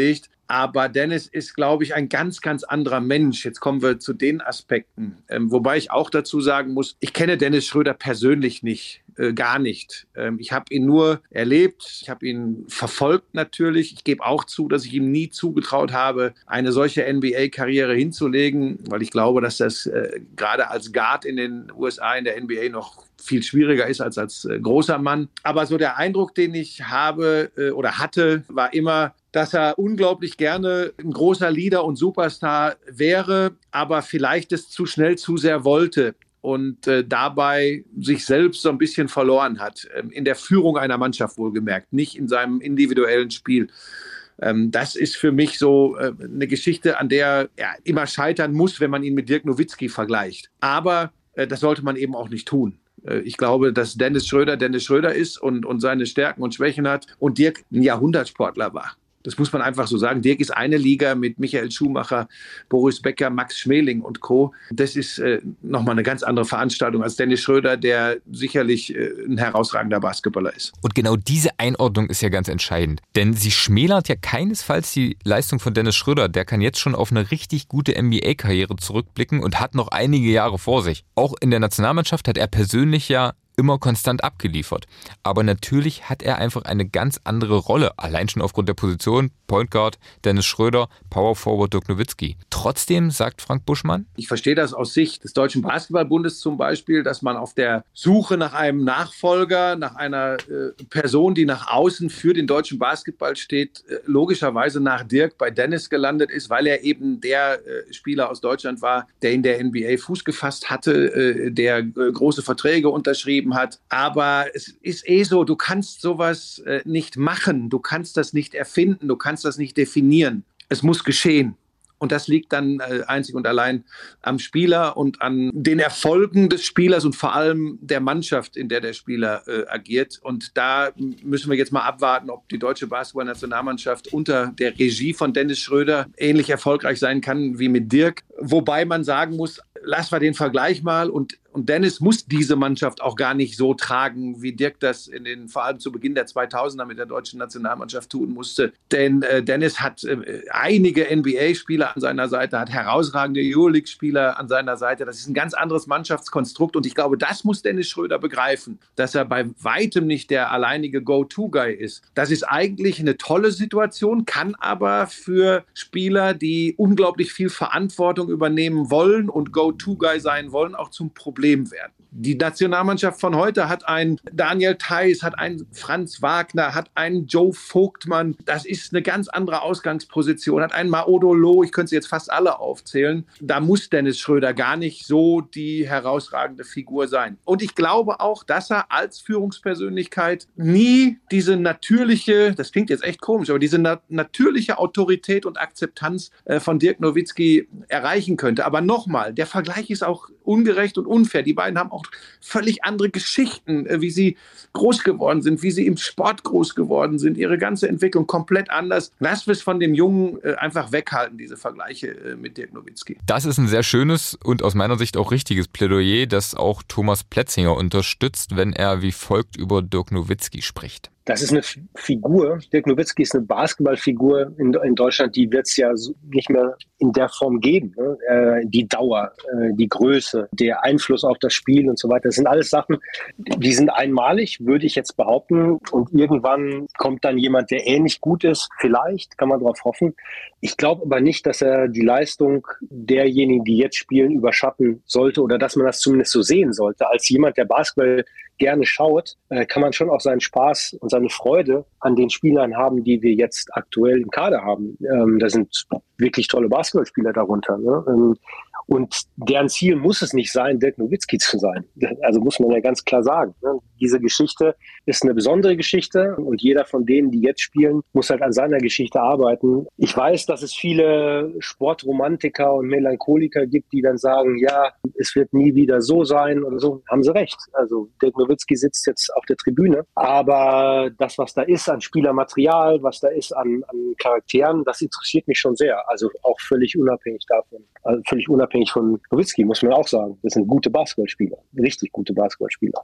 Aber Dennis ist, glaube ich, ein ganz, ganz anderer Mensch. Jetzt kommen wir zu den Aspekten. Ähm, wobei ich auch dazu sagen muss, ich kenne Dennis Schröder persönlich nicht, äh, gar nicht. Ähm, ich habe ihn nur erlebt, ich habe ihn verfolgt natürlich. Ich gebe auch zu, dass ich ihm nie zugetraut habe, eine solche N B A-Karriere hinzulegen, weil ich glaube, dass das äh, gerade als Guard in den U S A in der N B A noch viel schwieriger ist als als äh, großer Mann. Aber so der Eindruck, den ich habe äh, oder hatte, war immer, dass er unglaublich gerne ein großer Leader und Superstar wäre, aber vielleicht es zu schnell zu sehr wollte und äh, dabei sich selbst so ein bisschen verloren hat. Ähm, in der Führung einer Mannschaft wohlgemerkt, nicht in seinem individuellen Spiel. Ähm, das ist für mich so äh, eine Geschichte, an der er immer scheitern muss, wenn man ihn mit Dirk Nowitzki vergleicht. Aber äh, das sollte man eben auch nicht tun. Ich glaube, dass Dennis Schröder Dennis Schröder ist und, und seine Stärken und Schwächen hat und Dirk ein Jahrhundertsportler war. Das muss man einfach so sagen. Dirk ist eine Liga mit Michael Schumacher, Boris Becker, Max Schmeling und Co. Das ist äh, nochmal eine ganz andere Veranstaltung als Dennis Schröder, der sicherlich äh, ein herausragender Basketballer ist. Und genau diese Einordnung ist ja ganz entscheidend. Denn sie schmälert ja keinesfalls die Leistung von Dennis Schröder. Der kann jetzt schon auf eine richtig gute N B A-Karriere zurückblicken und hat noch einige Jahre vor sich. Auch in der Nationalmannschaft hat er persönlich ja immer konstant abgeliefert. Aber natürlich hat er einfach eine ganz andere Rolle, allein schon aufgrund der Position, Point Guard, Dennis Schröder, Power Forward Dirk Nowitzki. Trotzdem, sagt Frank Buschmann, ich verstehe das aus Sicht des Deutschen Basketballbundes zum Beispiel, dass man auf der Suche nach einem Nachfolger, nach einer äh, Person, die nach außen für den deutschen Basketball steht, äh, logischerweise nach Dirk bei Dennis gelandet ist, weil er eben der äh, Spieler aus Deutschland war, der in der N B A Fuß gefasst hatte, äh, der äh, große Verträge unterschrieben hat. Aber es ist eh so, du kannst sowas äh, nicht machen, du kannst das nicht erfinden, du kannst das nicht definieren. Es muss geschehen. Und das liegt dann äh, einzig und allein am Spieler und an den Erfolgen des Spielers und vor allem der Mannschaft, in der der Spieler äh, agiert. Und da müssen wir jetzt mal abwarten, ob die deutsche Basketballnationalmannschaft unter der Regie von Dennis Schröder ähnlich erfolgreich sein kann wie mit Dirk. Wobei man sagen muss, lassen wir den Vergleich mal und Und Dennis muss diese Mannschaft auch gar nicht so tragen, wie Dirk das in den, vor allem zu Beginn der zweitausender mit der deutschen Nationalmannschaft tun musste. Denn äh, Dennis hat äh, einige N B A-Spieler an seiner Seite, hat herausragende Euroleague-Spieler an seiner Seite. Das ist ein ganz anderes Mannschaftskonstrukt. Und ich glaube, das muss Dennis Schröder begreifen, dass er bei weitem nicht der alleinige Go-To-Guy ist. Das ist eigentlich eine tolle Situation, kann aber für Spieler, die unglaublich viel Verantwortung übernehmen wollen und Go-To-Guy sein wollen, auch zum Problem werden. Die Nationalmannschaft von heute hat einen Daniel Theis, hat einen Franz Wagner, hat einen Joe Vogtmann. Das ist eine ganz andere Ausgangsposition. Hat einen Maodo Lo, ich könnte sie jetzt fast alle aufzählen. Da muss Dennis Schröder gar nicht so die herausragende Figur sein. Und ich glaube auch, dass er als Führungspersönlichkeit nie diese natürliche, das klingt jetzt echt komisch, aber diese na- natürliche Autorität und Akzeptanz äh, von Dirk Nowitzki erreichen könnte. Aber nochmal, der Vergleich ist auch ungerecht und unfair. Die beiden haben auch völlig andere Geschichten, wie sie groß geworden sind, wie sie im Sport groß geworden sind, ihre ganze Entwicklung komplett anders. Lass es von dem Jungen einfach weghalten, diese Vergleiche mit Dirk Nowitzki. Das ist ein sehr schönes und aus meiner Sicht auch richtiges Plädoyer, das auch Thomas Plätzinger unterstützt, wenn er wie folgt über Dirk Nowitzki spricht. Das ist eine Figur, Dirk Nowitzki ist eine Basketballfigur in, in Deutschland, die wird es ja nicht mehr in der Form geben. Ne? Äh, die Dauer, äh, die Größe, der Einfluss auf das Spiel und so weiter. Das sind alles Sachen, die sind einmalig, würde ich jetzt behaupten. Und irgendwann kommt dann jemand, der ähnlich gut ist. Vielleicht, kann man darauf hoffen. Ich glaube aber nicht, dass er die Leistung derjenigen, die jetzt spielen, überschatten sollte oder dass man das zumindest so sehen sollte. Als jemand, der Basketball gerne schaut, äh, kann man schon auch seinen Spaß und seine Freude an den Spielern haben, die wir jetzt aktuell im Kader haben. Ähm, da sind wirklich tolle Basketballspieler darunter. Ne? Ähm, und deren Ziel muss es nicht sein, Dirk Nowitzki zu sein. Also muss man ja ganz klar sagen. Ne? Diese Geschichte ist eine besondere Geschichte und jeder von denen, die jetzt spielen, muss halt an seiner Geschichte arbeiten. Ich weiß, dass es viele Sportromantiker und Melancholiker gibt, die dann sagen, ja, es wird nie wieder so sein oder so. Haben sie recht. Also Dirk Nowitzki sitzt jetzt auf der Tribüne, aber das, was da ist an Spielermaterial, was da ist an, an Charakteren, das interessiert mich schon sehr. Also auch völlig unabhängig davon, also völlig unabhängig von Nowitzki, muss man auch sagen. Das sind gute Basketballspieler, richtig gute Basketballspieler.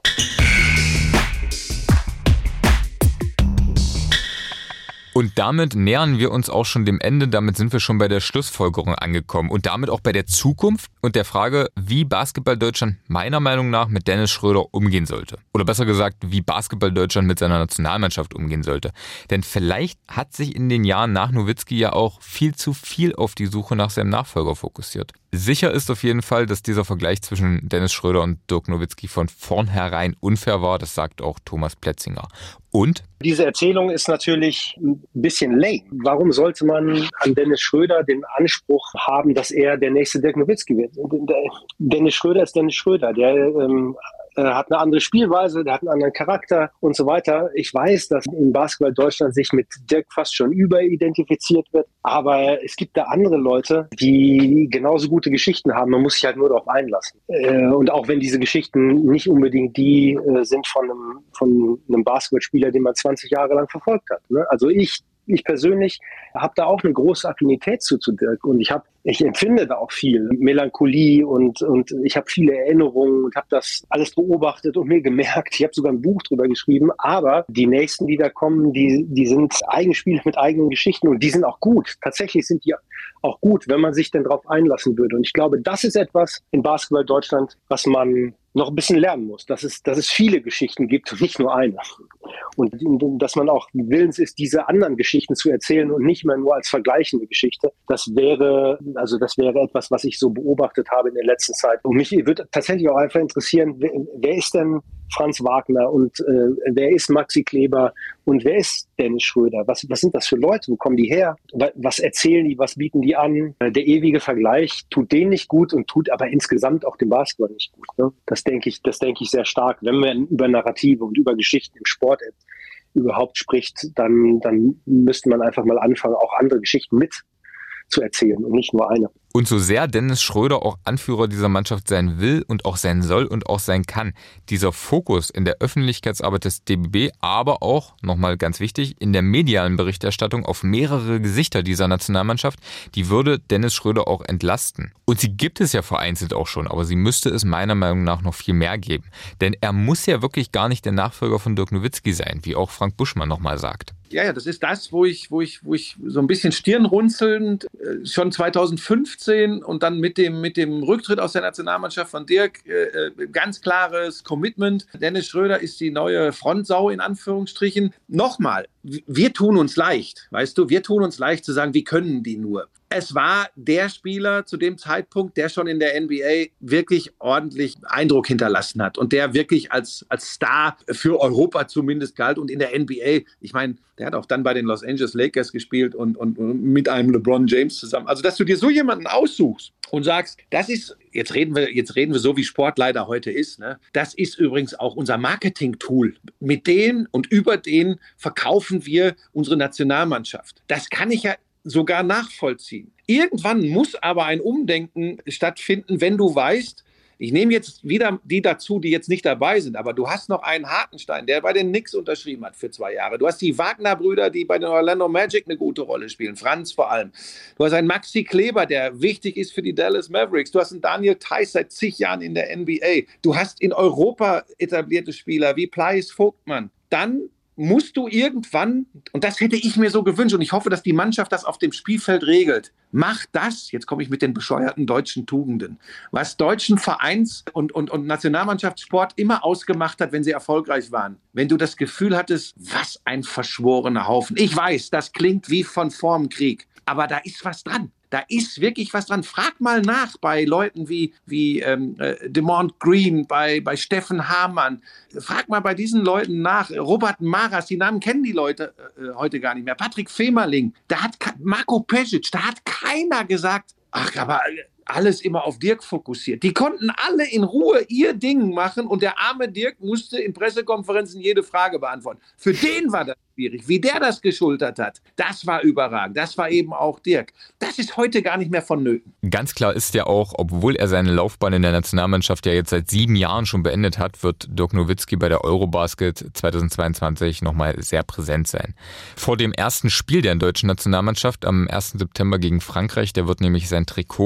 Und damit nähern wir uns auch schon dem Ende. Damit sind wir schon bei der Schlussfolgerung angekommen und damit auch bei der Zukunft und der Frage, wie Basketball Deutschland meiner Meinung nach mit Dennis Schröder umgehen sollte. Oder besser gesagt, wie Basketball Deutschland mit seiner Nationalmannschaft umgehen sollte. Denn vielleicht hat sich in den Jahren nach Nowitzki ja auch viel zu viel auf die Suche nach seinem Nachfolger fokussiert. Sicher ist auf jeden Fall, dass dieser Vergleich zwischen Dennis Schröder und Dirk Nowitzki von vornherein unfair war. Das sagt auch Thomas Plätzinger. Und? Diese Erzählung ist natürlich ein bisschen lame. Warum sollte man an Dennis Schröder den Anspruch haben, dass er der nächste Dirk Nowitzki wird? Dennis Schröder ist Dennis Schröder. Der ähm, hat eine andere Spielweise, der hat einen anderen Charakter und so weiter. Ich weiß, dass in Basketball Deutschland sich mit Dirk fast schon überidentifiziert wird, aber es gibt da andere Leute, die genauso gute Geschichten haben. Man muss sich halt nur darauf einlassen. Und auch wenn diese Geschichten nicht unbedingt die sind von einem, von einem Basketballspieler, den man zwanzig Jahre lang verfolgt hat. Also ich Ich persönlich habe da auch eine große Affinität zu, zu Dirk und ich habe, ich empfinde da auch viel Melancholie und und ich habe viele Erinnerungen und habe das alles beobachtet und mir gemerkt. Ich habe sogar ein Buch drüber geschrieben. Aber die nächsten, die da kommen, die die sind Eigenspieler mit eigenen Geschichten und die sind auch gut. Tatsächlich sind die auch gut, wenn man sich denn darauf einlassen würde. Und ich glaube, das ist etwas in Basketball Deutschland, was man noch ein bisschen lernen muss, dass es, dass es viele Geschichten gibt und nicht nur eine. Und dass man auch willens ist, diese anderen Geschichten zu erzählen und nicht mehr nur als vergleichende Geschichte. Das wäre, also das wäre etwas, was ich so beobachtet habe in der letzten Zeit. Und mich würde tatsächlich auch einfach interessieren, wer, wer ist denn Franz Wagner und äh, wer ist Maxi Kleber und wer ist Dennis Schröder? Was, was sind das für Leute? Wo kommen die her? Was erzählen die? Was bieten die an? Der ewige Vergleich tut denen nicht gut und tut aber insgesamt auch dem Basketball nicht gut. Ne? Das denke ich, das denke ich sehr stark. Wenn man über Narrative und über Geschichten im Sport überhaupt spricht, dann, dann müsste man einfach mal anfangen, auch andere Geschichten mit zu erzählen und nicht nur eine. Und so sehr Dennis Schröder auch Anführer dieser Mannschaft sein will und auch sein soll und auch sein kann, dieser Fokus in der Öffentlichkeitsarbeit des D B B, aber auch, nochmal ganz wichtig, in der medialen Berichterstattung auf mehrere Gesichter dieser Nationalmannschaft, die würde Dennis Schröder auch entlasten. Und sie gibt es ja vereinzelt auch schon, aber sie müsste es meiner Meinung nach noch viel mehr geben. Denn er muss ja wirklich gar nicht der Nachfolger von Dirk Nowitzki sein, wie auch Frank Buschmann nochmal sagt. Ja, ja, das ist das, wo ich, wo ich, wo ich so ein bisschen stirnrunzelnd äh, schon zweitausendfünfzehn und dann mit dem, mit dem Rücktritt aus der Nationalmannschaft von Dirk äh, ganz klares Commitment. Dennis Schröder ist die neue Frontsau in Anführungsstrichen. Nochmal, wir tun uns leicht, weißt du, wir tun uns leicht zu sagen, wie können die nur? Es war der Spieler zu dem Zeitpunkt, der schon in der N B A wirklich ordentlich Eindruck hinterlassen hat und der wirklich als, als Star für Europa zumindest galt und in der N B A, ich meine, der hat auch dann bei den Los Angeles Lakers gespielt und, und, und mit einem LeBron James zusammen. Also, dass du dir so jemanden aussuchst und sagst, das ist, jetzt reden wir, jetzt reden wir so, wie Sport leider heute ist, ne? Das ist übrigens auch unser Marketing-Tool. Mit denen und über den verkaufen wir unsere Nationalmannschaft. Das kann ich ja sogar nachvollziehen. Irgendwann muss aber ein Umdenken stattfinden, wenn du weißt, ich nehme jetzt wieder die dazu, die jetzt nicht dabei sind, aber du hast noch einen Hartenstein, der bei den Knicks unterschrieben hat für zwei Jahre. Du hast die Wagner-Brüder, die bei den Orlando Magic eine gute Rolle spielen, Franz vor allem. Du hast einen Maxi Kleber, der wichtig ist für die Dallas Mavericks. Du hast einen Daniel Theis seit zig Jahren in der N B A. Du hast in Europa etablierte Spieler wie Pleiss Vogtmann. Dann musst du irgendwann, und das hätte ich mir so gewünscht, und ich hoffe, dass die Mannschaft das auf dem Spielfeld regelt, mach das, jetzt komme ich mit den bescheuerten deutschen Tugenden, was deutschen Vereins- und, und, und Nationalmannschaftssport immer ausgemacht hat, wenn sie erfolgreich waren. Wenn du das Gefühl hattest, was ein verschworener Haufen. Ich weiß, das klingt wie von vorm Krieg, aber da ist was dran. Da ist wirklich was dran. Frag mal nach bei Leuten wie, wie ähm, Demond Green, bei, bei Steffen Hamann. Frag mal bei diesen Leuten nach. Robert Maras, die Namen kennen die Leute äh, heute gar nicht mehr. Patrick Femerling, da hat Marco Pesic, da hat keiner gesagt, ach, aber alles immer auf Dirk fokussiert. Die konnten alle in Ruhe ihr Ding machen und der arme Dirk musste in Pressekonferenzen jede Frage beantworten. Für den war das schwierig. Wie der das geschultert hat, das war überragend. Das war eben auch Dirk. Das ist heute gar nicht mehr vonnöten. Ganz klar ist ja auch, obwohl er seine Laufbahn in der Nationalmannschaft ja jetzt seit sieben Jahren schon beendet hat, wird Dirk Nowitzki bei der Eurobasket zweitausendzweiundzwanzig nochmal sehr präsent sein. Vor dem ersten Spiel der deutschen Nationalmannschaft am ersten September gegen Frankreich, der wird nämlich sein Trikot unter die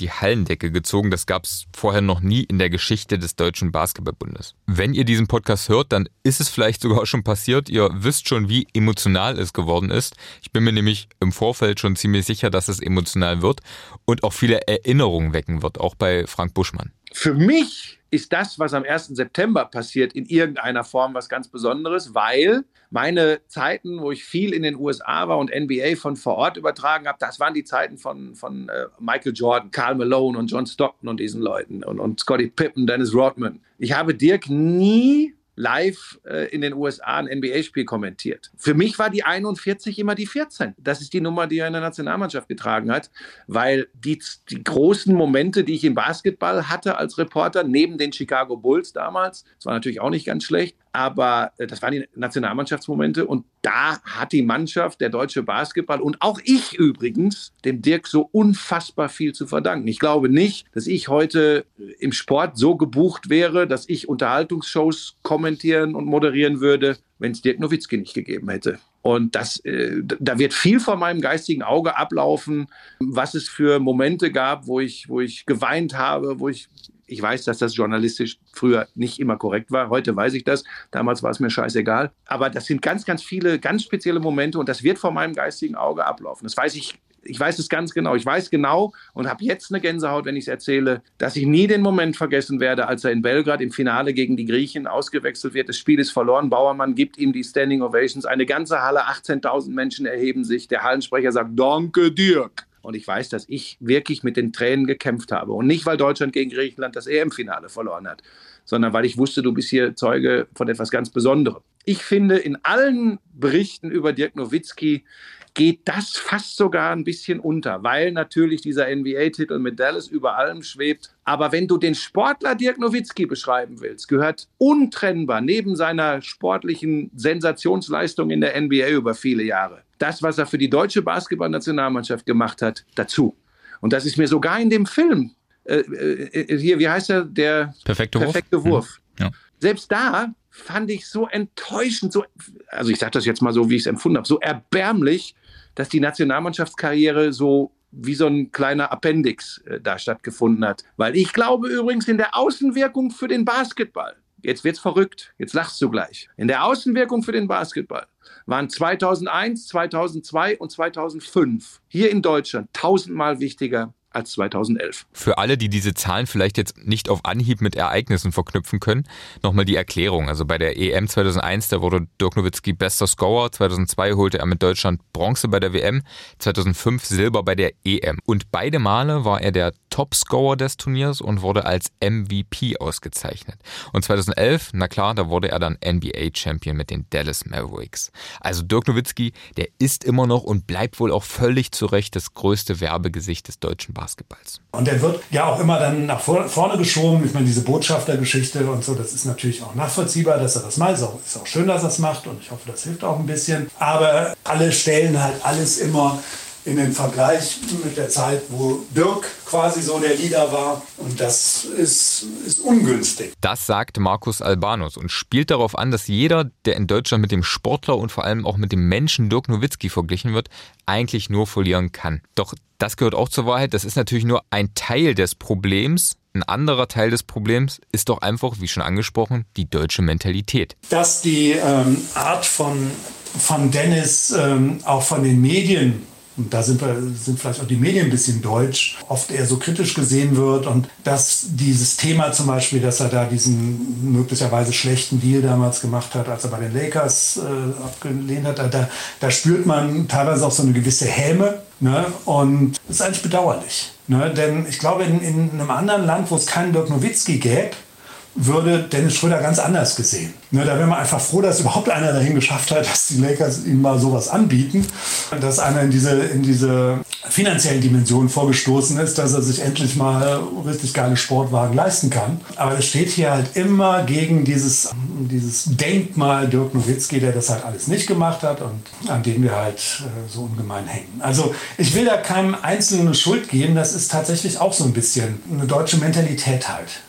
die Hallendecke gezogen. Das gab es vorher noch nie in der Geschichte des Deutschen Basketballbundes. Wenn ihr diesen Podcast hört, dann ist es vielleicht sogar schon passiert. Ihr wisst schon, wie emotional es geworden ist. Ich bin mir nämlich im Vorfeld schon ziemlich sicher, dass es emotional wird und auch viele Erinnerungen wecken wird, auch bei Frank Buschmann. Für mich ist das, was am ersten September passiert, in irgendeiner Form was ganz Besonderes, weil meine Zeiten, wo ich viel in den U S A war und N B A von vor Ort übertragen habe, das waren die Zeiten von, von äh, Michael Jordan, Karl Malone und John Stockton und diesen Leuten und, und Scottie Pippen, Dennis Rodman. Ich habe Dirk nie live äh, in den U S A ein N B A-Spiel kommentiert. Für mich war die einundvierzig immer die vierzehn. Das ist die Nummer, die er in der Nationalmannschaft getragen hat, weil die, die großen Momente, die ich im Basketball hatte als Reporter, neben den Chicago Bulls damals, das war natürlich auch nicht ganz schlecht, aber äh, das waren die Nationalmannschaftsmomente und da hat die Mannschaft, der deutsche Basketball und auch ich übrigens, dem Dirk so unfassbar viel zu verdanken. Ich glaube nicht, dass ich heute im Sport so gebucht wäre, dass ich Unterhaltungsshows kommentieren und moderieren würde, wenn es Dirk Nowitzki nicht gegeben hätte. Und das, äh, da wird viel vor meinem geistigen Auge ablaufen, was es für Momente gab, wo ich, wo ich geweint habe, wo ich Ich weiß, dass das journalistisch früher nicht immer korrekt war. Heute weiß ich das. Damals war es mir scheißegal. Aber das sind ganz, ganz viele, ganz spezielle Momente und das wird vor meinem geistigen Auge ablaufen. Das weiß ich, ich weiß es ganz genau. Ich weiß genau und habe jetzt eine Gänsehaut, wenn ich es erzähle, dass ich nie den Moment vergessen werde, als er in Belgrad im Finale gegen die Griechen ausgewechselt wird. Das Spiel ist verloren. Bauermann gibt ihm die Standing Ovations. Eine ganze Halle, achtzehntausend Menschen erheben sich. Der Hallensprecher sagt, danke Dirk. Und ich weiß, dass ich wirklich mit den Tränen gekämpft habe. Und nicht, weil Deutschland gegen Griechenland das E M-Finale verloren hat, sondern weil ich wusste, du bist hier Zeuge von etwas ganz Besonderem. Ich finde, in allen Berichten über Dirk Nowitzki geht das fast sogar ein bisschen unter, weil natürlich dieser N B A-Titel mit Dallas über allem schwebt. Aber wenn du den Sportler Dirk Nowitzki beschreiben willst, gehört untrennbar neben seiner sportlichen Sensationsleistung in der N B A über viele Jahre das, was er für die deutsche Basketballnationalmannschaft gemacht hat, dazu. Und das ist mir sogar in dem Film, äh, äh, hier, wie heißt er, der perfekte Wurf. Perfekte Wurf. Ja. Selbst da fand ich so enttäuschend, so, also ich sage das jetzt mal so, wie ich es empfunden habe, so erbärmlich, dass die Nationalmannschaftskarriere so wie so ein kleiner Appendix äh, da stattgefunden hat. Weil ich glaube übrigens in der Außenwirkung für den Basketball, jetzt wird's verrückt, jetzt lachst du gleich, in der Außenwirkung für den Basketball waren zweitausendeins, zweitausendzwei und zweitausendfünf hier in Deutschland tausendmal wichtiger als zweitausendelf. Für alle, die diese Zahlen vielleicht jetzt nicht auf Anhieb mit Ereignissen verknüpfen können, nochmal die Erklärung. Also bei der E M zweitausendeins, da wurde Dirk Nowitzki bester Scorer, zweitausendzwei holte er mit Deutschland Bronze bei der W M, zweitausendfünf Silber bei der E M. Und beide Male war er der Topscorer des Turniers und wurde als M V P ausgezeichnet. Und zweitausendelf, na klar, da wurde er dann N B A-Champion mit den Dallas Mavericks. Also Dirk Nowitzki, der ist immer noch und bleibt wohl auch völlig zu Recht das größte Werbegesicht des deutschen Basketballs. Und der wird ja auch immer dann nach vorne geschoben. Ich meine, diese Botschaftergeschichte und so, das ist natürlich auch nachvollziehbar, dass er das macht. Es ist auch schön, dass er es macht und ich hoffe, das hilft auch ein bisschen. Aber alle stellen halt alles immer in den Vergleich mit der Zeit, wo Dirk quasi so der Leader war. Und das ist, ist ungünstig. Das sagt Markus Albanus und spielt darauf an, dass jeder, der in Deutschland mit dem Sportler und vor allem auch mit dem Menschen Dirk Nowitzki verglichen wird, eigentlich nur verlieren kann. Doch das gehört auch zur Wahrheit. Das ist natürlich nur ein Teil des Problems. Ein anderer Teil des Problems ist doch einfach, wie schon angesprochen, die deutsche Mentalität. Dass die ähm, Art von, von Dennis ähm, auch von den Medien, und da sind, wir, sind vielleicht auch die Medien ein bisschen deutsch, oft eher so kritisch gesehen wird. Und dass dieses Thema zum Beispiel, dass er da diesen möglicherweise schlechten Deal damals gemacht hat, als er bei den Lakers äh, abgelehnt hat, da, da spürt man teilweise auch so eine gewisse Häme. Ne? Und das ist eigentlich bedauerlich. Ne? Denn ich glaube, in, in einem anderen Land, wo es keinen Dirk Nowitzki gäbe, würde Dennis Schröder ganz anders gesehen. Ne, da wäre man einfach froh, dass überhaupt einer dahin geschafft hat, dass die Lakers ihm mal sowas anbieten. Dass einer in diese, in diese finanziellen Dimensionen vorgestoßen ist, dass er sich endlich mal richtig geile Sportwagen leisten kann. Aber es steht hier halt immer gegen dieses, dieses Denkmal Dirk Nowitzki, der das halt alles nicht gemacht hat und an dem wir halt äh, so ungemein hängen. Also ich will da keinem Einzelnen eine Schuld geben, das ist tatsächlich auch so ein bisschen eine deutsche Mentalität halt.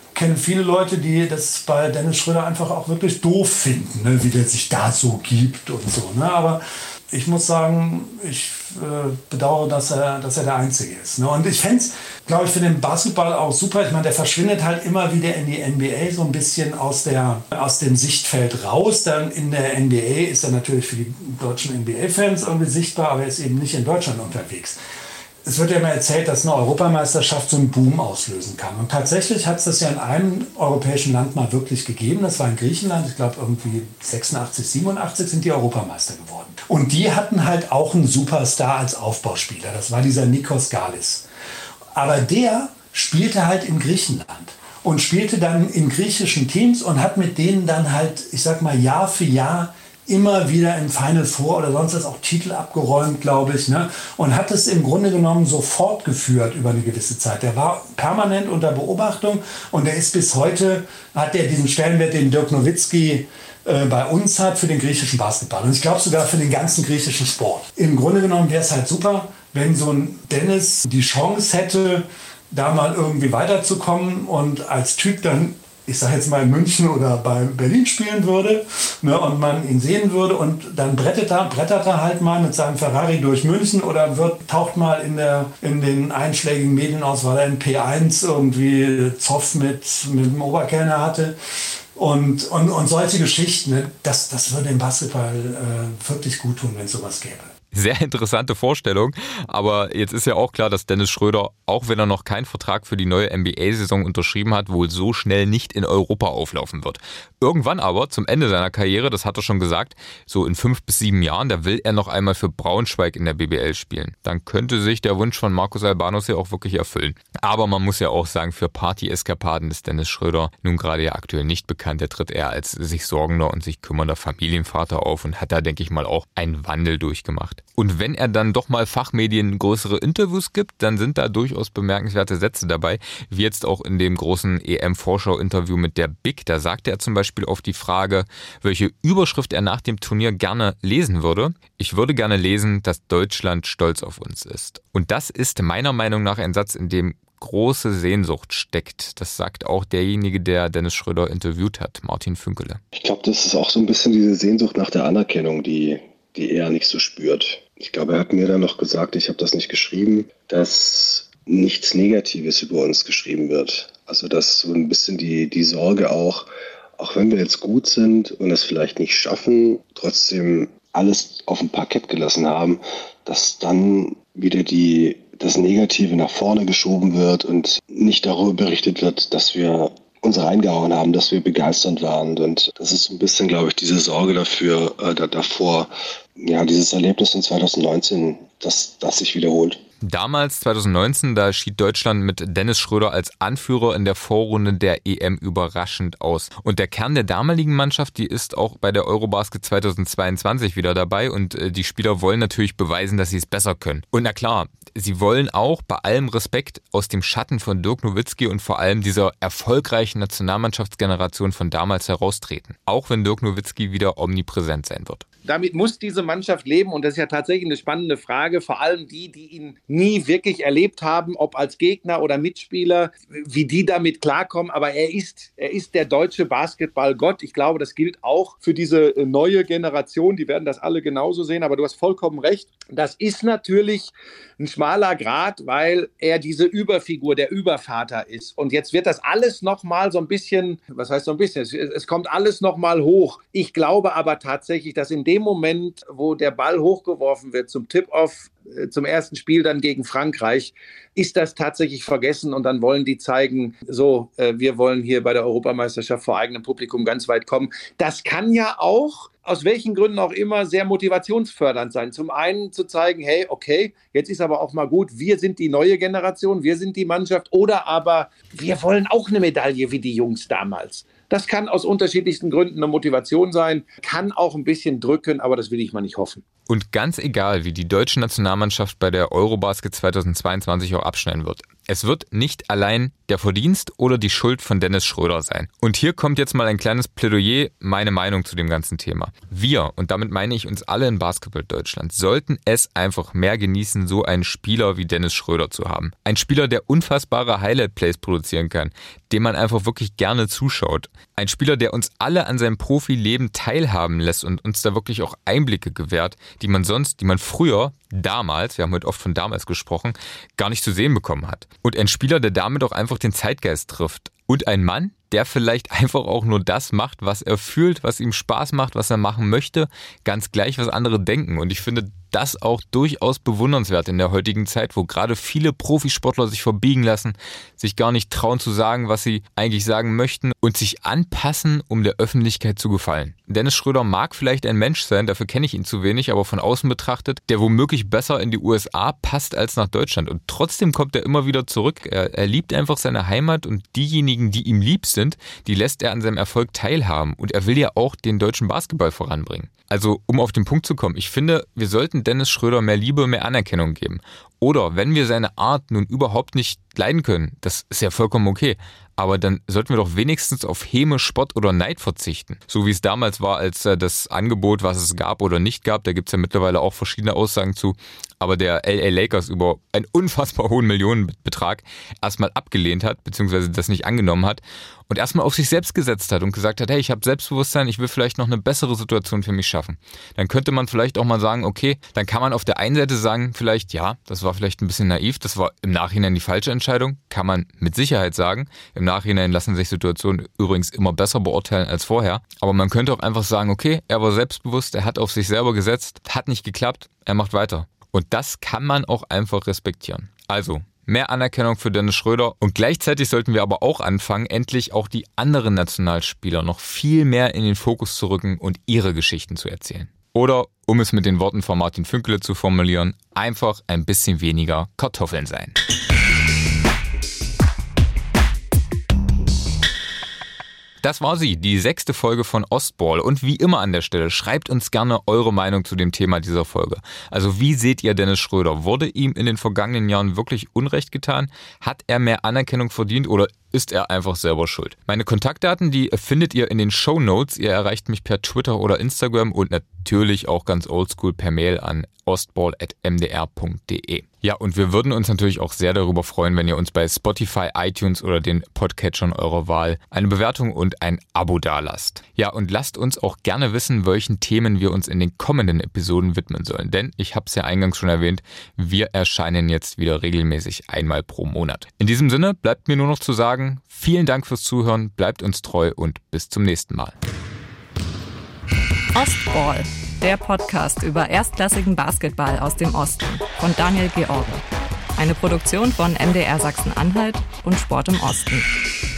kenne viele Leute, die das bei Dennis Schröder einfach auch wirklich doof finden, ne? Wie der sich da so gibt und so. Ne? Aber ich muss sagen, ich äh, bedauere, dass er, dass er der Einzige ist. Ne? Und ich fände es, glaube ich, für den Basketball auch super. Ich meine, der verschwindet halt immer wieder in die N B A so ein bisschen aus, der, aus dem Sichtfeld raus. Dann in der N B A ist er natürlich für die deutschen N B A-Fans irgendwie sichtbar, aber er ist eben nicht in Deutschland unterwegs. Es wird ja immer erzählt, dass eine Europameisterschaft so einen Boom auslösen kann. Und tatsächlich hat es das ja in einem europäischen Land mal wirklich gegeben. Das war in Griechenland. Ich glaube, irgendwie sechsundachtzig, siebenundachtzig sind die Europameister geworden. Und die hatten halt auch einen Superstar als Aufbauspieler. Das war dieser Nikos Galis. Aber der spielte halt in Griechenland und spielte dann in griechischen Teams und hat mit denen dann halt, ich sag mal, Jahr für Jahr immer wieder im Final Four oder sonst was auch Titel abgeräumt, glaube ich, ne? Und hat es im Grunde genommen so fortgeführt über eine gewisse Zeit. Der war permanent unter Beobachtung und der ist bis heute, hat der diesen Stellenwert, den Dirk Nowitzki äh, bei uns hat, für den griechischen Basketball. Und ich glaube sogar für den ganzen griechischen Sport. Im Grunde genommen wäre es halt super, wenn so ein Dennis die Chance hätte, da mal irgendwie weiterzukommen und als Typ dann, ich sage jetzt mal in München oder bei Berlin spielen würde, ne, und man ihn sehen würde und dann brettert er, brettert er halt mal mit seinem Ferrari durch München oder wird, taucht mal in, der, in den einschlägigen Medien aus, weil er in P eins irgendwie Zoff mit, mit dem Oberkellner hatte. Und, und, und solche Geschichten, ne, das, das würde dem Basketball äh, wirklich gut tun, wenn es sowas gäbe. Sehr interessante Vorstellung, aber jetzt ist ja auch klar, dass Dennis Schröder, auch wenn er noch keinen Vertrag für die neue N B A-Saison unterschrieben hat, wohl so schnell nicht in Europa auflaufen wird. Irgendwann aber, zum Ende seiner Karriere, das hat er schon gesagt, so in fünf bis sieben Jahren, da will er noch einmal für Braunschweig in der B B L spielen. Dann könnte sich der Wunsch von Marcus Albanos ja auch wirklich erfüllen. Aber man muss ja auch sagen, für Party-Eskapaden ist Dennis Schröder nun gerade ja aktuell nicht bekannt. Er tritt eher als sich sorgender und sich kümmernder Familienvater auf und hat da, denke ich mal, auch einen Wandel durchgemacht. Und wenn er dann doch mal Fachmedien größere Interviews gibt, dann sind da durchaus bemerkenswerte Sätze dabei, wie jetzt auch in dem großen E M-Vorschau-Interview mit der Big. Da sagte er zum Beispiel auf die Frage, welche Überschrift er nach dem Turnier gerne lesen würde. Ich würde gerne lesen, dass Deutschland stolz auf uns ist. Und das ist meiner Meinung nach ein Satz, in dem große Sehnsucht steckt. Das sagt auch derjenige, der Dennis Schröder interviewt hat, Martin Fünkele. Ich glaube, das ist auch so ein bisschen diese Sehnsucht nach der Anerkennung, die die er nicht so spürt. Ich glaube, er hat mir dann noch gesagt, ich habe das nicht geschrieben, dass nichts Negatives über uns geschrieben wird. Also dass so ein bisschen die, die Sorge auch, auch wenn wir jetzt gut sind und es vielleicht nicht schaffen, trotzdem alles auf dem Parkett gelassen haben, dass dann wieder die, das Negative nach vorne geschoben wird und nicht darüber berichtet wird, dass wir uns reingehauen haben, dass wir begeistert waren. Und das ist so ein bisschen, glaube ich, diese Sorge dafür, äh, da, davor, ja, dieses Erlebnis in zwanzig neunzehn, dass das sich wiederholt. Damals, zwanzig neunzehn, da schied Deutschland mit Dennis Schröder als Anführer in der Vorrunde der E M überraschend aus. Und der Kern der damaligen Mannschaft, die ist auch bei der Eurobasket zweitausendzweiundzwanzig wieder dabei und die Spieler wollen natürlich beweisen, dass sie es besser können. Und na klar, sie wollen auch bei allem Respekt aus dem Schatten von Dirk Nowitzki und vor allem dieser erfolgreichen Nationalmannschaftsgeneration von damals heraustreten. Auch wenn Dirk Nowitzki wieder omnipräsent sein wird. Damit muss diese Mannschaft leben und das ist ja tatsächlich eine spannende Frage, vor allem die, die ihn nie wirklich erlebt haben, ob als Gegner oder Mitspieler, wie die damit klarkommen, aber er ist, er ist der deutsche Basketballgott. Ich glaube, das gilt auch für diese neue Generation, die werden das alle genauso sehen, aber du hast vollkommen recht, das ist natürlich ein schmaler Grat, weil er diese Überfigur, der Übervater ist und jetzt wird das alles nochmal so ein bisschen, was heißt so ein bisschen, es, es kommt alles nochmal hoch. Ich glaube aber tatsächlich, dass in dem Moment, wo der Ball hochgeworfen wird zum Tip-Off, zum ersten Spiel dann gegen Frankreich, ist das tatsächlich vergessen und dann wollen die zeigen, so, äh, wir wollen hier bei der Europameisterschaft vor eigenem Publikum ganz weit kommen. Das kann ja auch, aus welchen Gründen auch immer, sehr motivationsfördernd sein. Zum einen zu zeigen, hey, okay, jetzt ist aber auch mal gut, wir sind die neue Generation, wir sind die Mannschaft oder aber wir wollen auch eine Medaille wie die Jungs damals. Das kann aus unterschiedlichsten Gründen eine Motivation sein, kann auch ein bisschen drücken, aber das will ich mal nicht hoffen. Und ganz egal, wie die deutsche Nationalmannschaft bei der Eurobasket zweitausendzweiundzwanzig auch abschneiden wird. Es wird nicht allein der Verdienst oder die Schuld von Dennis Schröder sein. Und hier kommt jetzt mal ein kleines Plädoyer, meine Meinung zu dem ganzen Thema. Wir, und damit meine ich uns alle in Basketball Deutschland, sollten es einfach mehr genießen, so einen Spieler wie Dennis Schröder zu haben. Ein Spieler, der unfassbare Highlight-Plays produzieren kann, dem man einfach wirklich gerne zuschaut. Ein Spieler, der uns alle an seinem Profileben teilhaben lässt und uns da wirklich auch Einblicke gewährt, die man sonst, die man früher, damals, wir haben heute oft von damals gesprochen, gar nicht zu sehen bekommen hat. Und ein Spieler, der damit auch einfach den Zeitgeist trifft. Und ein Mann, der vielleicht einfach auch nur das macht, was er fühlt, was ihm Spaß macht, was er machen möchte, ganz gleich, was andere denken. Und ich finde das auch durchaus bewundernswert in der heutigen Zeit, wo gerade viele Profisportler sich verbiegen lassen, sich gar nicht trauen zu sagen, was sie eigentlich sagen möchten und sich anpassen, um der Öffentlichkeit zu gefallen. Dennis Schröder mag vielleicht ein Mensch sein, dafür kenne ich ihn zu wenig, aber von außen betrachtet, der womöglich besser in die U S A passt als nach Deutschland. Und trotzdem kommt er immer wieder zurück. Er, er liebt einfach seine Heimat und diejenigen, die ihm lieb sind, die lässt er an seinem Erfolg teilhaben. Und er will ja auch den deutschen Basketball voranbringen. Also, um auf den Punkt zu kommen, ich finde, wir sollten Dennis Schröder mehr Liebe, mehr Anerkennung geben. Oder wenn wir seine Art nun überhaupt nicht leiden können, das ist ja vollkommen okay, aber dann sollten wir doch wenigstens auf Häme, Spott oder Neid verzichten. So wie es damals war, als das Angebot, was es gab oder nicht gab, da gibt es ja mittlerweile auch verschiedene Aussagen zu, aber der L A Lakers über einen unfassbar hohen Millionenbetrag erstmal abgelehnt hat, beziehungsweise das nicht angenommen hat und erstmal auf sich selbst gesetzt hat und gesagt hat, hey, ich habe Selbstbewusstsein, ich will vielleicht noch eine bessere Situation für mich schaffen. Dann könnte man vielleicht auch mal sagen, okay, dann kann man auf der einen Seite sagen, vielleicht, ja, das war vielleicht ein bisschen naiv, das war im Nachhinein die falsche Entscheidung, kann man mit Sicherheit sagen. Im Nachhinein lassen sich Situationen übrigens immer besser beurteilen als vorher. Aber man könnte auch einfach sagen, okay, er war selbstbewusst, er hat auf sich selber gesetzt, hat nicht geklappt, er macht weiter. Und das kann man auch einfach respektieren. Also, mehr Anerkennung für Dennis Schröder und gleichzeitig sollten wir aber auch anfangen, endlich auch die anderen Nationalspieler noch viel mehr in den Fokus zu rücken und ihre Geschichten zu erzählen. Oder, um es mit den Worten von Martin Fünkele zu formulieren, einfach ein bisschen weniger Kartoffeln sein. Das war sie, die sechste Folge von Ostball. Und wie immer an der Stelle, schreibt uns gerne eure Meinung zu dem Thema dieser Folge. Also wie seht ihr Dennis Schröder? Wurde ihm in den vergangenen Jahren wirklich Unrecht getan? Hat er mehr Anerkennung verdient oder ist er einfach selber schuld? Meine Kontaktdaten, die findet ihr in den Shownotes. Ihr erreicht mich per Twitter oder Instagram und natürlich auch ganz oldschool per Mail an ostball at m d r punkt d e. Ja, und wir würden uns natürlich auch sehr darüber freuen, wenn ihr uns bei Spotify, iTunes oder den Podcatchern eurer Wahl eine Bewertung und ein Abo dalasst. Ja, und lasst uns auch gerne wissen, welchen Themen wir uns in den kommenden Episoden widmen sollen. Denn, ich habe es ja eingangs schon erwähnt, wir erscheinen jetzt wieder regelmäßig einmal pro Monat. In diesem Sinne bleibt mir nur noch zu sagen, vielen Dank fürs Zuhören, bleibt uns treu und bis zum nächsten Mal. Ostball, der Podcast über erstklassigen Basketball aus dem Osten von Daniel George. Eine Produktion von M D R Sachsen-Anhalt und Sport im Osten.